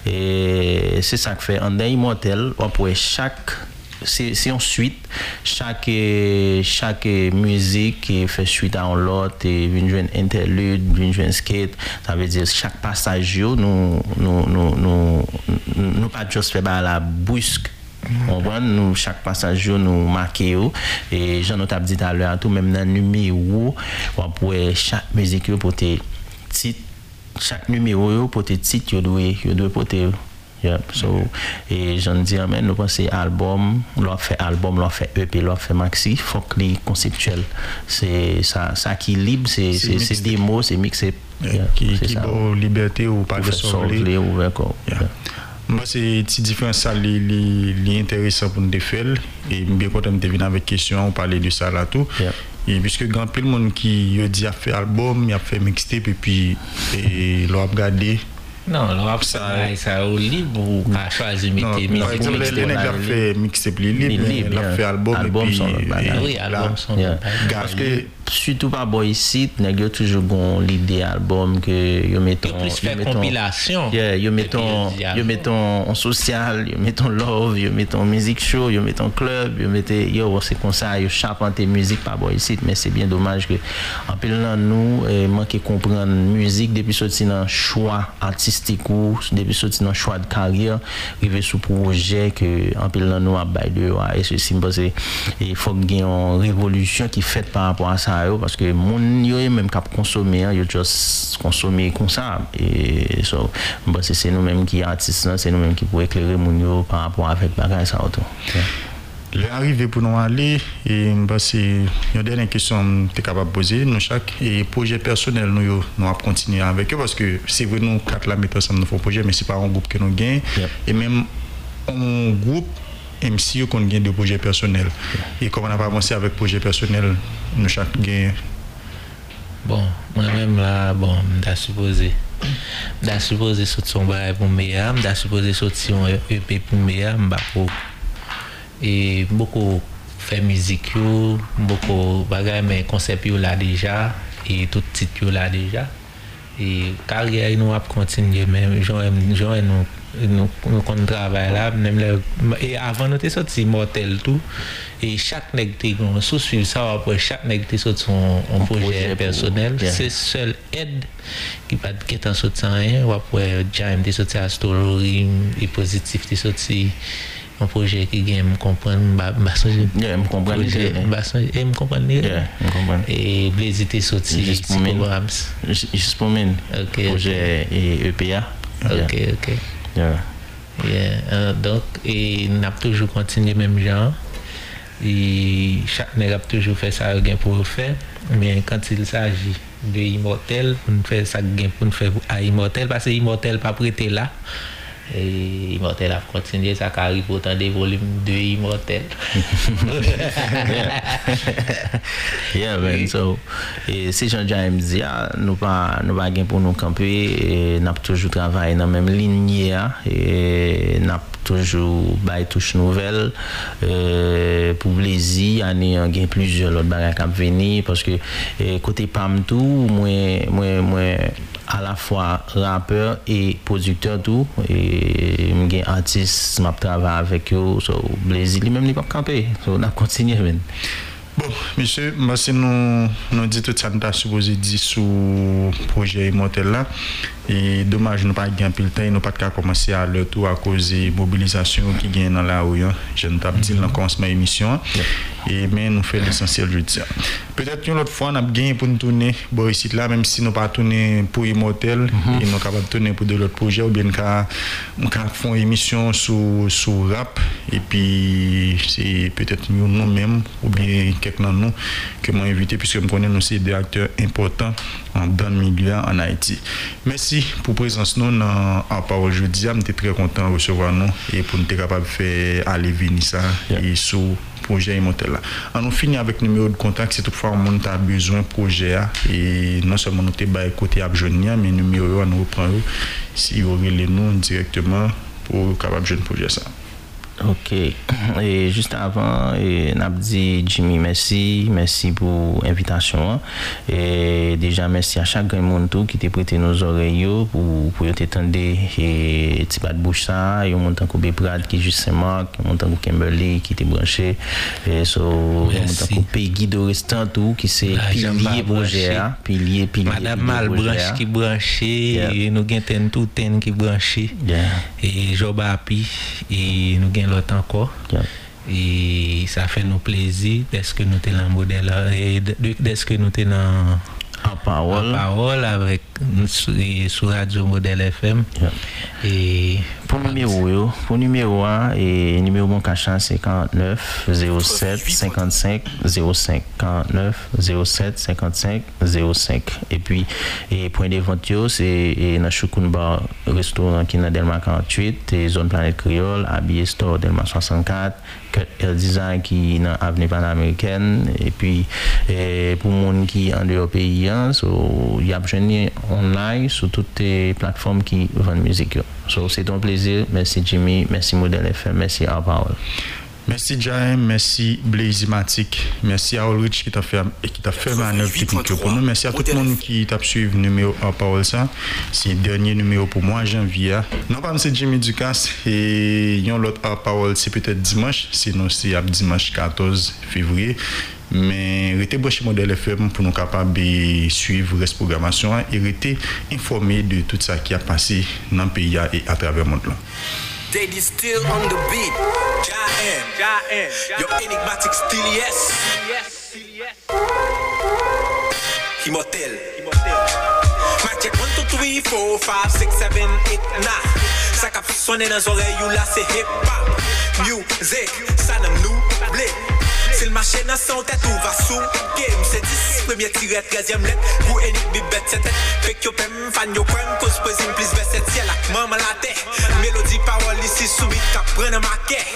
et c'est ça que fait en immortel on pourrait chaque c'est c'est en suite chaque chaque musique fait suite à l'autre et une jeune interlude une jeune skate ça veut dire chaque passage nous nous nous nous nous pas juste faire la brusque on voit nous chaque passage nous marquer et j'en ai dit tout à l'heure tout même dans numéro on pourrait chaque musique porter titre chaque numéro porter titre il doit il doit porter. Yeah, so et j'en dis amen nous penser album l'on fait album l'on fait E P l'on fait maxi faut que les conceptuel c'est ça ça qui libre c'est c'est c'est des mots c'est mixé yeah, qui qui bon liberté ou pas de sortir ou d'accord moi c'est petit différence ça les les intéressant pour nous faire et bien content de venir avec question on parler de ça là tout yeah. Et puisque grand pile monde qui a dit a fait album il a fait mixtape et puis et l'on a regardé. Non, là ça ça au libre ou à choisir métier musique. Par exemple, les nèg a fait mixtape libre, il a fait album et puis oui, album sont parce que surtout pas boy site nèg yo toujours bon l'idée album que yo mettons yo mettons compilation. Yeah, yo mettons yo mettons en social, yo mettons love, yo mettons music show, yo mettons club, yo mettez yo c'est comme ça yo charpenter musique pas boy site mais c'est bien dommage que en pile nous manquer comprendre musique depuis sorti dans choix artistique ou depuis sorti dans choix de carrière arriver sous projet que en pile nous a bail de et ceci parce que il faut qu'il y ait une révolution qui fait par rapport à ça parce que mon yo même cap consommer yo juste consommer comme ça et so parce que c'est nous même qui artistes c'est nous même qui pour éclairer mon yo par rapport avec bagage ça auto. L'arrivée pour nous aller, et c'est une dernière question que tu es capable de poser. Nous, chaque et projet personnel, nous, nous allons continuer avec eux parce que c'est vrai, nous, quatre la mettre ensemble, nous faisons projet, mais ce n'est pas un groupe que nous gagnons. Yep. Et même un groupe, même si on gagne des projets personnels. Et comme on n'a pas avancé avec projet personnel, nous, chaque gagne. Bon, moi-même là, bon, je suis supposé. Je suis supposé sortir un bail pour meilleur, je suis supposé sortir un E P pour meilleur, pour. Et beaucoup fait musique, beaucoup bagages, mais concept là déjà, et tout titre là déjà. Et carrière, nous avons continué, mais j'aime nous. Nous, nous travaillons là, même et avant nous sommes sortis mortel tout, et chaque nègre sous suivre ça après chaque nègre sorti son un projet, projet personnel, pour, c'est seule aide qui pas qui est en sorti rien, ou après Jaime est sorti à story et positif est sorti un projet qui gagne me comprendre bah bah yeah me comprendre bah et me comprendre yeah me comprendre et Blaise était sorti juste pour moi juste pour moi projet et E P A OK OK Yeah. Yeah. Uh, donc, et n'a toujours continué même genre. Et chaque nègre a toujours fait ça gain pour faire. Mais quand il s'agit de immortel, on fait ça gain pour faire à immortel parce que immortel pas prêté là. Et immortel a continué ça arrive autant des volumes de immortel. Yeah man, so et si Jean-Jaime dit nous pas nous pas gain pour nous camper et n'a toujours travaillé dans même ligne et n'a toujours bail touche nouvelle euh, pour plaisir année on gain plusieurs autres bagages qui venir parce que eh, côté Pam tout moi moi moi à la fois rappeur et producteur tout et m'gain artiste m'a travailler avec eux so plaisir lui même il pas camper so on a continué même. Bon, monsieur, moi, si nous, nous dit tout ça, nous avons supposé dire sur le projet immortel là. Et dommage, nous n'avons pas gagné le temps, nous n'avons pas commencé à leur tour à cause de la mobilisation qui gagne dans la rue. Je ne t'ai pas dit dans le commencement de l'émission. Et mais nous faisons l'essentiel, je dis. Peut-être une autre fois, nous avons gagné pour nous tourner bon, ici là, même si nous n'avons pas tourné pour immortel, mm-hmm. et nous sommes capables de tourner pour de l'autre projet, ou bien nous avons fait une émission sur, sur rap, et puis c'est peut-être nous-mêmes, ou bien quelqu'un de nous que m'a invité puisque je connais nous c'est des acteurs importants dans le milieu en Haïti. Merci pour la présence nous dans En Parole jeudi. Je suis très content de recevoir nous et pour nous être capable de faire aller venir ça yeah. et sur le projet immortel là. On nous finit avec le numéro de contact si toutefois on a besoin de projet et non seulement nous te bas côté Abjonia mais numéro on nous reprend si vous voulez nous directement pour capable jeune projet ça. Ok, et juste avant, et n'a dit Jimmy merci, merci pour l'invitation et déjà merci à chaque monde tout qui t'a prêté nos oreilles pour pour t'étendre et petit pas de bouche ça, et on montant que Béprad qui juste Saint-Marc, on montant que Kimberly qui t'est branché et so on montant que Peggy de restant tout qui c'est pilier projet, pilier pilier Madame Malbranche qui branché et nous gagne tout ten qui branché et Jobapi et nous l'autre encore yeah. Et ça fait nous plaisir est-ce que nous sommes dans le modèle et est-ce que nous sommes dans En Parole En Parole avec sur Radio Modèle F M yeah. Et pour numéro pour numéro un et numéro mon cachan c'est quarante-neuf zéro sept cinquante-cinq zéro cinq quarante-neuf zéro sept cinquante-cinq zéro cinq et puis et point de vente c'est dans Choukounba restaurant qui dans Delma quarante-huit et zone Planète Créole habillé store Delma soixante-quatre L Design qui dans avenue Panaméricaine et puis et pour monde qui en dehors pays so il y a besoin online sur toutes les plateformes qui vendent musique. So c'est un plaisir. Merci Jimmy, merci Modèle F M, merci En Parole. Merci Jaime, merci Blazimatic, merci à Ulrich qui t'a fait qui t'a fait manœuvre technique pour nous. Merci à tout le monde qui t'a suivi numéro En Parole ça. C'est le dernier numéro pour moi janvier. Non pas c'est Jimmy Ducasse et yon l'autre En Parole c'est peut-être dimanche, sinon c'est dimanche quatorze février. Mais restez branché Modèle F M pour nous capables de suivre la programmation et rester informés de tout ça qui a passé dans le pays et à travers le monde. They still on the beat. Jaim, your enigmatic still yes. Immortel. Mic check one, two, three, four, five, six, seven, eight, nine. Ça cap sonner dans les oreilles, là c'est hip hop. Music, ça n'a nous. marché dans son tête ou va sous game. C'est dix, premier tiré, treizième lettre. Pour Enik Bibet, c'est tête. Fait que yo pem, fan yo pem, cause posing plus vers cette ciel. Maman la tête. Mélodie, parole ici, subit, cap, prenne ma quai.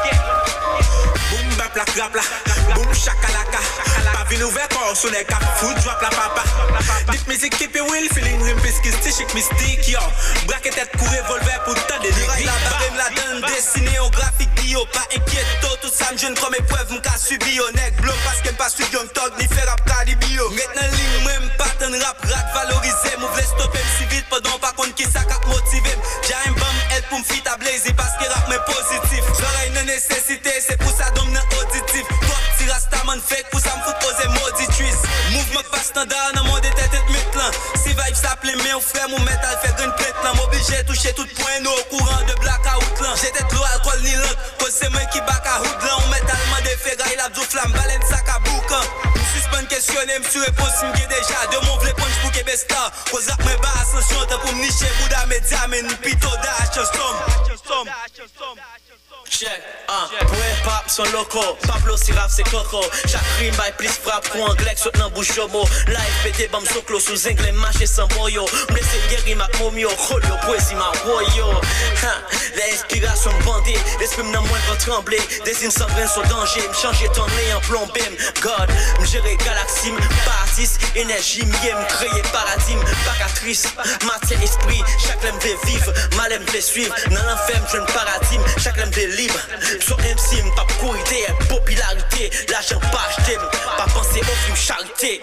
Boum, bap la crap la. Boum, chakalaka. Pas vin ouvert corps, sous les cap, foot, drop la papa. Deep music, keep it will, feeling rim, piscis, tichik, mystique, yo. Braque tête, coup, revolver, pour tant de négri. La barre, la donne, dessiné au graphique, bio. Pas inquiéto, tout ça, m'jeune comme épreuve, m'ka subi, au nec, bloc, parce qu'elle pas suivi, young talk, ni faire rap, calibio. Maintenant, ligne, même pas ton rap, rat, valorisé, m'ouvre stopper, si vite, pendant pas contre qui ça cap motivé. J'ai un bum, elle pour m'fit à blazer, parce que rap, mais positif. J'aurais une nécessité, c'est pour ça, dommage auditif. Toi, petit rastaman fake, pour ça m'fout poser mauditrice. Mouvement pas standard, dans mon détête et maintenant. Si vibe s'appelait, mais on frère, mon métal fait une plate là. M'obligé toucher tout point, au courant de blackout là. J'étais trop alcool ni l'autre, cause c'est moi qui back à hood là. On métal m'a défait, il a du flamme, baleine sac à boucan. M'suspend questionner, m'su réponse, m'gué déjà. De mon vle punch pour Québec star. Cause ap me bas ascension, t'as pour m'nicher, Bouddha, média, mais n'pito dash, somme. Check, ah, pour un pap son loco, Pablo Siraf c'est coco. Chaque rime by plus frappe pour anglais saute dans bouche homo. Live pété bam soclo sous anglais marché sans boyo. Blessé guéri ma momio, cholio, poésie ma royo. L'inspiration bandée, l'esprit m'nan moins quand trembler. Des hymnes sans grain sur danger, m'changer ton nez en plombé. God, m'gérer galaxie, m'partisse, énergie, m'yé m'créer paradigme. Pagatrice, matière, esprit, chaque l'aime de vivre, mal aime de suivre. Dans l'enfer m'jeune paradigme, chaque l'aime de libre. Sur M C, m'pas courir des popularité. L'argent pas acheté, pas penser au film charité.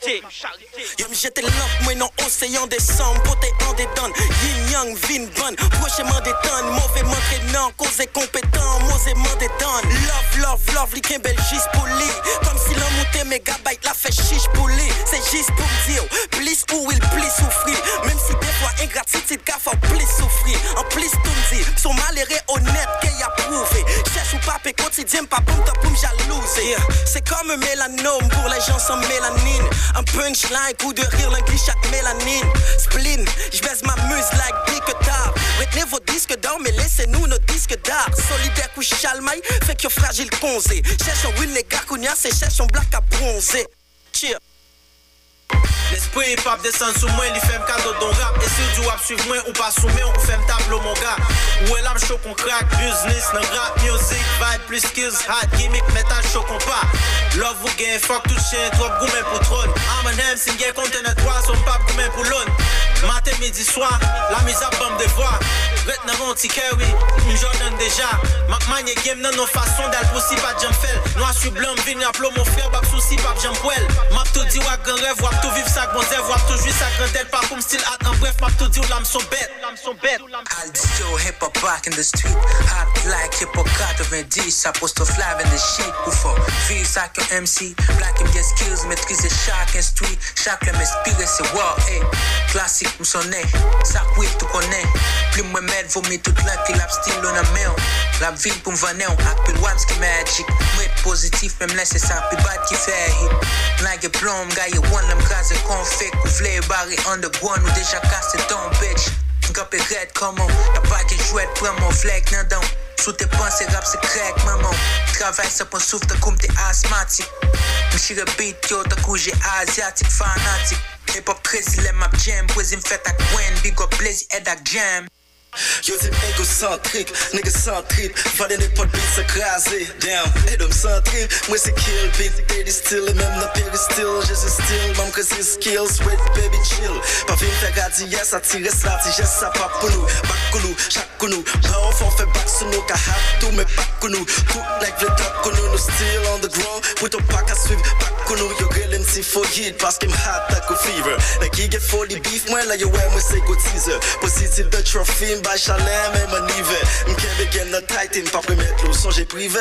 Yo m'jette lampe, moi non océan décembre. Poté en détonne, yin yang, vin bonne. Prochainement détonne, mauvais m'entraînant. Cause compétent, mosément détonne. Love, love, love, li qu'un belgis poli. Comme si l'on montait mégabyte, la fait chiche poli. C'est juste pour dire, plus ou il plus souffrir. Même si des fois ingratitude, qu'a faut plus souffrir. En plus, tout me dit, son malheureux honnête qu'il y a prouvé. Cherche ou pape quotidien, pas pour me pour me jalouser. Yeah. C'est comme un mélanome pour les gens sans mélanine. Un punchline, coup de rire, l'anglais chaque mélanine. Spleen, j'baise ma muse like Big Guitar. Retenez vos disques d'or, mais laissez-nous nos disques d'art. Solidaire ou chalmaille, fait que fragile ponzé. Cherche un win les gars, c'est cherche un black à bronzer. Cheer. L'esprit hip-hop descend sous moi, il fait un cadeau d'un rap. Et si tu vas suivre moi ou pas sous moi, on fait un tableau mon gars. Ou elle a chaud qu'on crack, business, non rap, music, vibe, plus skills, hard gimmick, metal, chaud qu'on pas. Love ou gain, fuck tout chien, trop gourmet pour trône. I'm an M C, gain conteneur trois, son pape gourmet pour l'aune. Matin, midi, soir, la mise à bombe de voix. Ret nan ron ti carry, une Jordan déjà. Mac manye game nan nos façons d'al poussi pas jam fel. Noir sur blanc, vin rappelons mon frère, bab souci, bab jam poel. Map tout dit wak grand rêve, wap tout vivre sa grand rêve, wap tout jouir sa grand tête. Pas comme style hâte en bref, map tout dit ou l'âme sont bêtes. I'll still hip hop back in the street. Hot like hip hop quatre-vingt-dix. Apostrophe live in the shit. Ou fort, vie ça que M C. Black him get skills, maîtriser chaque instruit. Chaque le m'inspire, c'est wow, hey. Classique, ou son nez. Ça oui, tout connaît. Plus moi mettre, vomi tout l'un qui l'a style on a main. La ville pour m'vanner, on appelle Wams qui magic. Moi positif, même laisser ça, plus bad qui fait hit. Like a plomb, gars, you one, l'homme crase config. Ou v'lait barrer underground, ou déjà cassé ton bitch. Gapé red, comment? Y'a pas de jouet, prends mon flag, non, non. Sous tes pensées, rap, c'est crack, maman. Travail, ça prend souffle, t'as comme t'es asthmatique. M'chire beat, yo, t'as coup, j'ai asiatique, fanatique. Hip hop crazy, les map jam, poésie m'fait à Gwen, big up, blazy, head à jam. Yo zip égocentrique, nigga centrique. Valait les potes beats s'écraser. Damn, et d'homme centrique. Moi c'est kill, beat, baby still. Et même dans péristyle, je suis still. Même que c'est skills, wait baby chill. Pas vite faire garder, yes, attirer ça, t'y ça pas pour nous. Back pour nous, chaque pour nous. Bravo, on fait back sur nous, car have tout, mais pas pour nous. Tout like le top pour nous, nous still on the ground. Put up back à suivre, back pour nous. Yo girl M C for hit, parce qu'il hot like a fever. Like he get fully beef, moi là yo ouais, moi c'est go teaser. Positive de trophy. By chalet, même un hiver. M'kebe gen nan tighten, pas remettre l'eau, songe privé.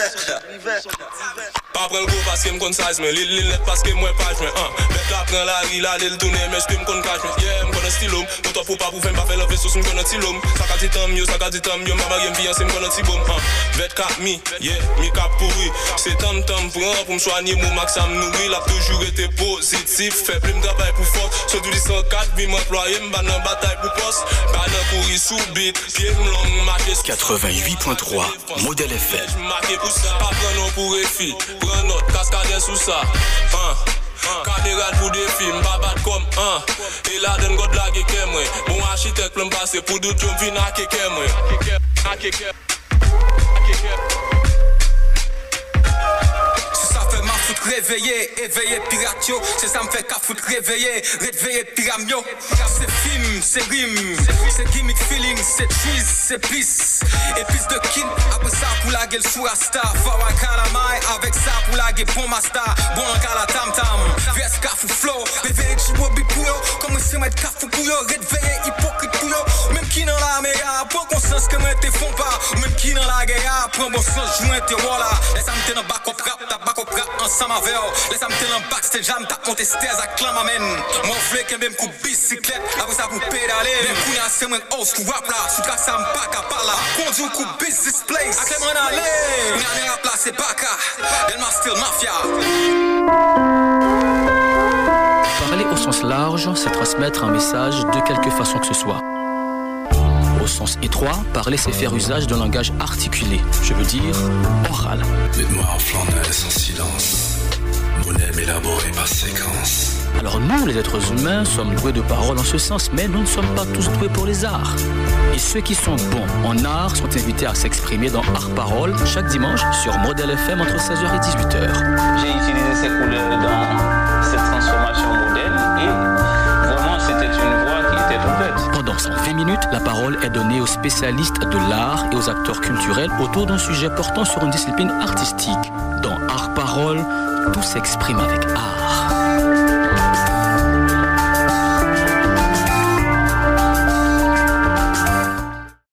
Pas prendre le go parce que m'konn size, mais l'île l'île parce que moi pas jouer. Bête la prend la rue, la l'île tourne, mais j'peux m'konn cache. Yeah, m'konn un stylo, pour toi pour pas pour faire pas faire le vaisseau, m'konn un stylo. Ça ka dit tant mieux, ça ka dit tant mieux, maman game fiancé, m'konn un petit boum. Bête cap mi, yeah, mi cap pourri. C'est tam tam prend pour me soigner mon max à me nourrir. L'a toujours été positif, fait plus m'travail pour force. Sur du cent quatre, vie m'employer, m'ban en bataille pour poste. Ban en courir sous beat. quatre-vingt-huit point trois, Modèle F M. Pas prendre pour les filles, Prends note, cascade sous ça. Hein. Caméra pour des films, babat comme un. Et là, d'un god la guéque, moi. Bon architecte, l'homme passé pour d'autres, j'en viens à kéké, moi. À kéké. À kéké. Ma fout réveiller, éveiller piratio. C'est ça me fait qu'à foutre réveiller, réveiller piramio. C'est film, c'est rime, c'est gimmick feeling, c'est cheese, c'est pisse. Épice de kin, après ça pour la gueule sous Rasta. Fawa calamai, avec ça pour la gueule bon master. Bon gala tam tam, V S K fou flow. Réveiller chibobi pour yo, comme c'est mettre cafou pour yo. Réveiller hypocrite pour yo. Même qui dans la méga, prends conscience que moi te font pas. Même qui dans la guerre, prends bon sens, joint te voilà. Laisse-moi te dans back up rap, ta back up rap. Ensemble avec eux, laisse-moi te dans backstage, j'aime ta monter stairs à clam amen. Mon flé qui même coup bicyclette, après ça pour pédaler. Même coup n'a c'est moins house coup rap là, sous cas ça me pas qu'à parler. Conduit coup business place, à clé m'en aller. N'a rap là c'est baka, elle m'a still mafia. Parler au sens large, c'est transmettre un message de quelque façon que ce soit. Au sens étroit, parler c'est faire usage d'un langage articulé, je veux dire oral. Mets-moi en flanelle sans silence, monnaie élaborée par séquence. Alors nous, les êtres humains, sommes doués de parole en ce sens, mais nous ne sommes pas tous doués pour les arts. Et ceux qui sont bons en art sont invités à s'exprimer dans Art Parole chaque dimanche sur Modèle F M entre seize heures et dix-huit heures. J'ai utilisé ces couleurs dans cette transformation modèle et vraiment c'était une voix qui était toute faite. Pendant cent vingt minutes, la parole est donnée aux spécialistes de l'art et aux acteurs culturels autour d'un sujet portant sur une discipline artistique. Dans Art Parole, tout s'exprime avec art.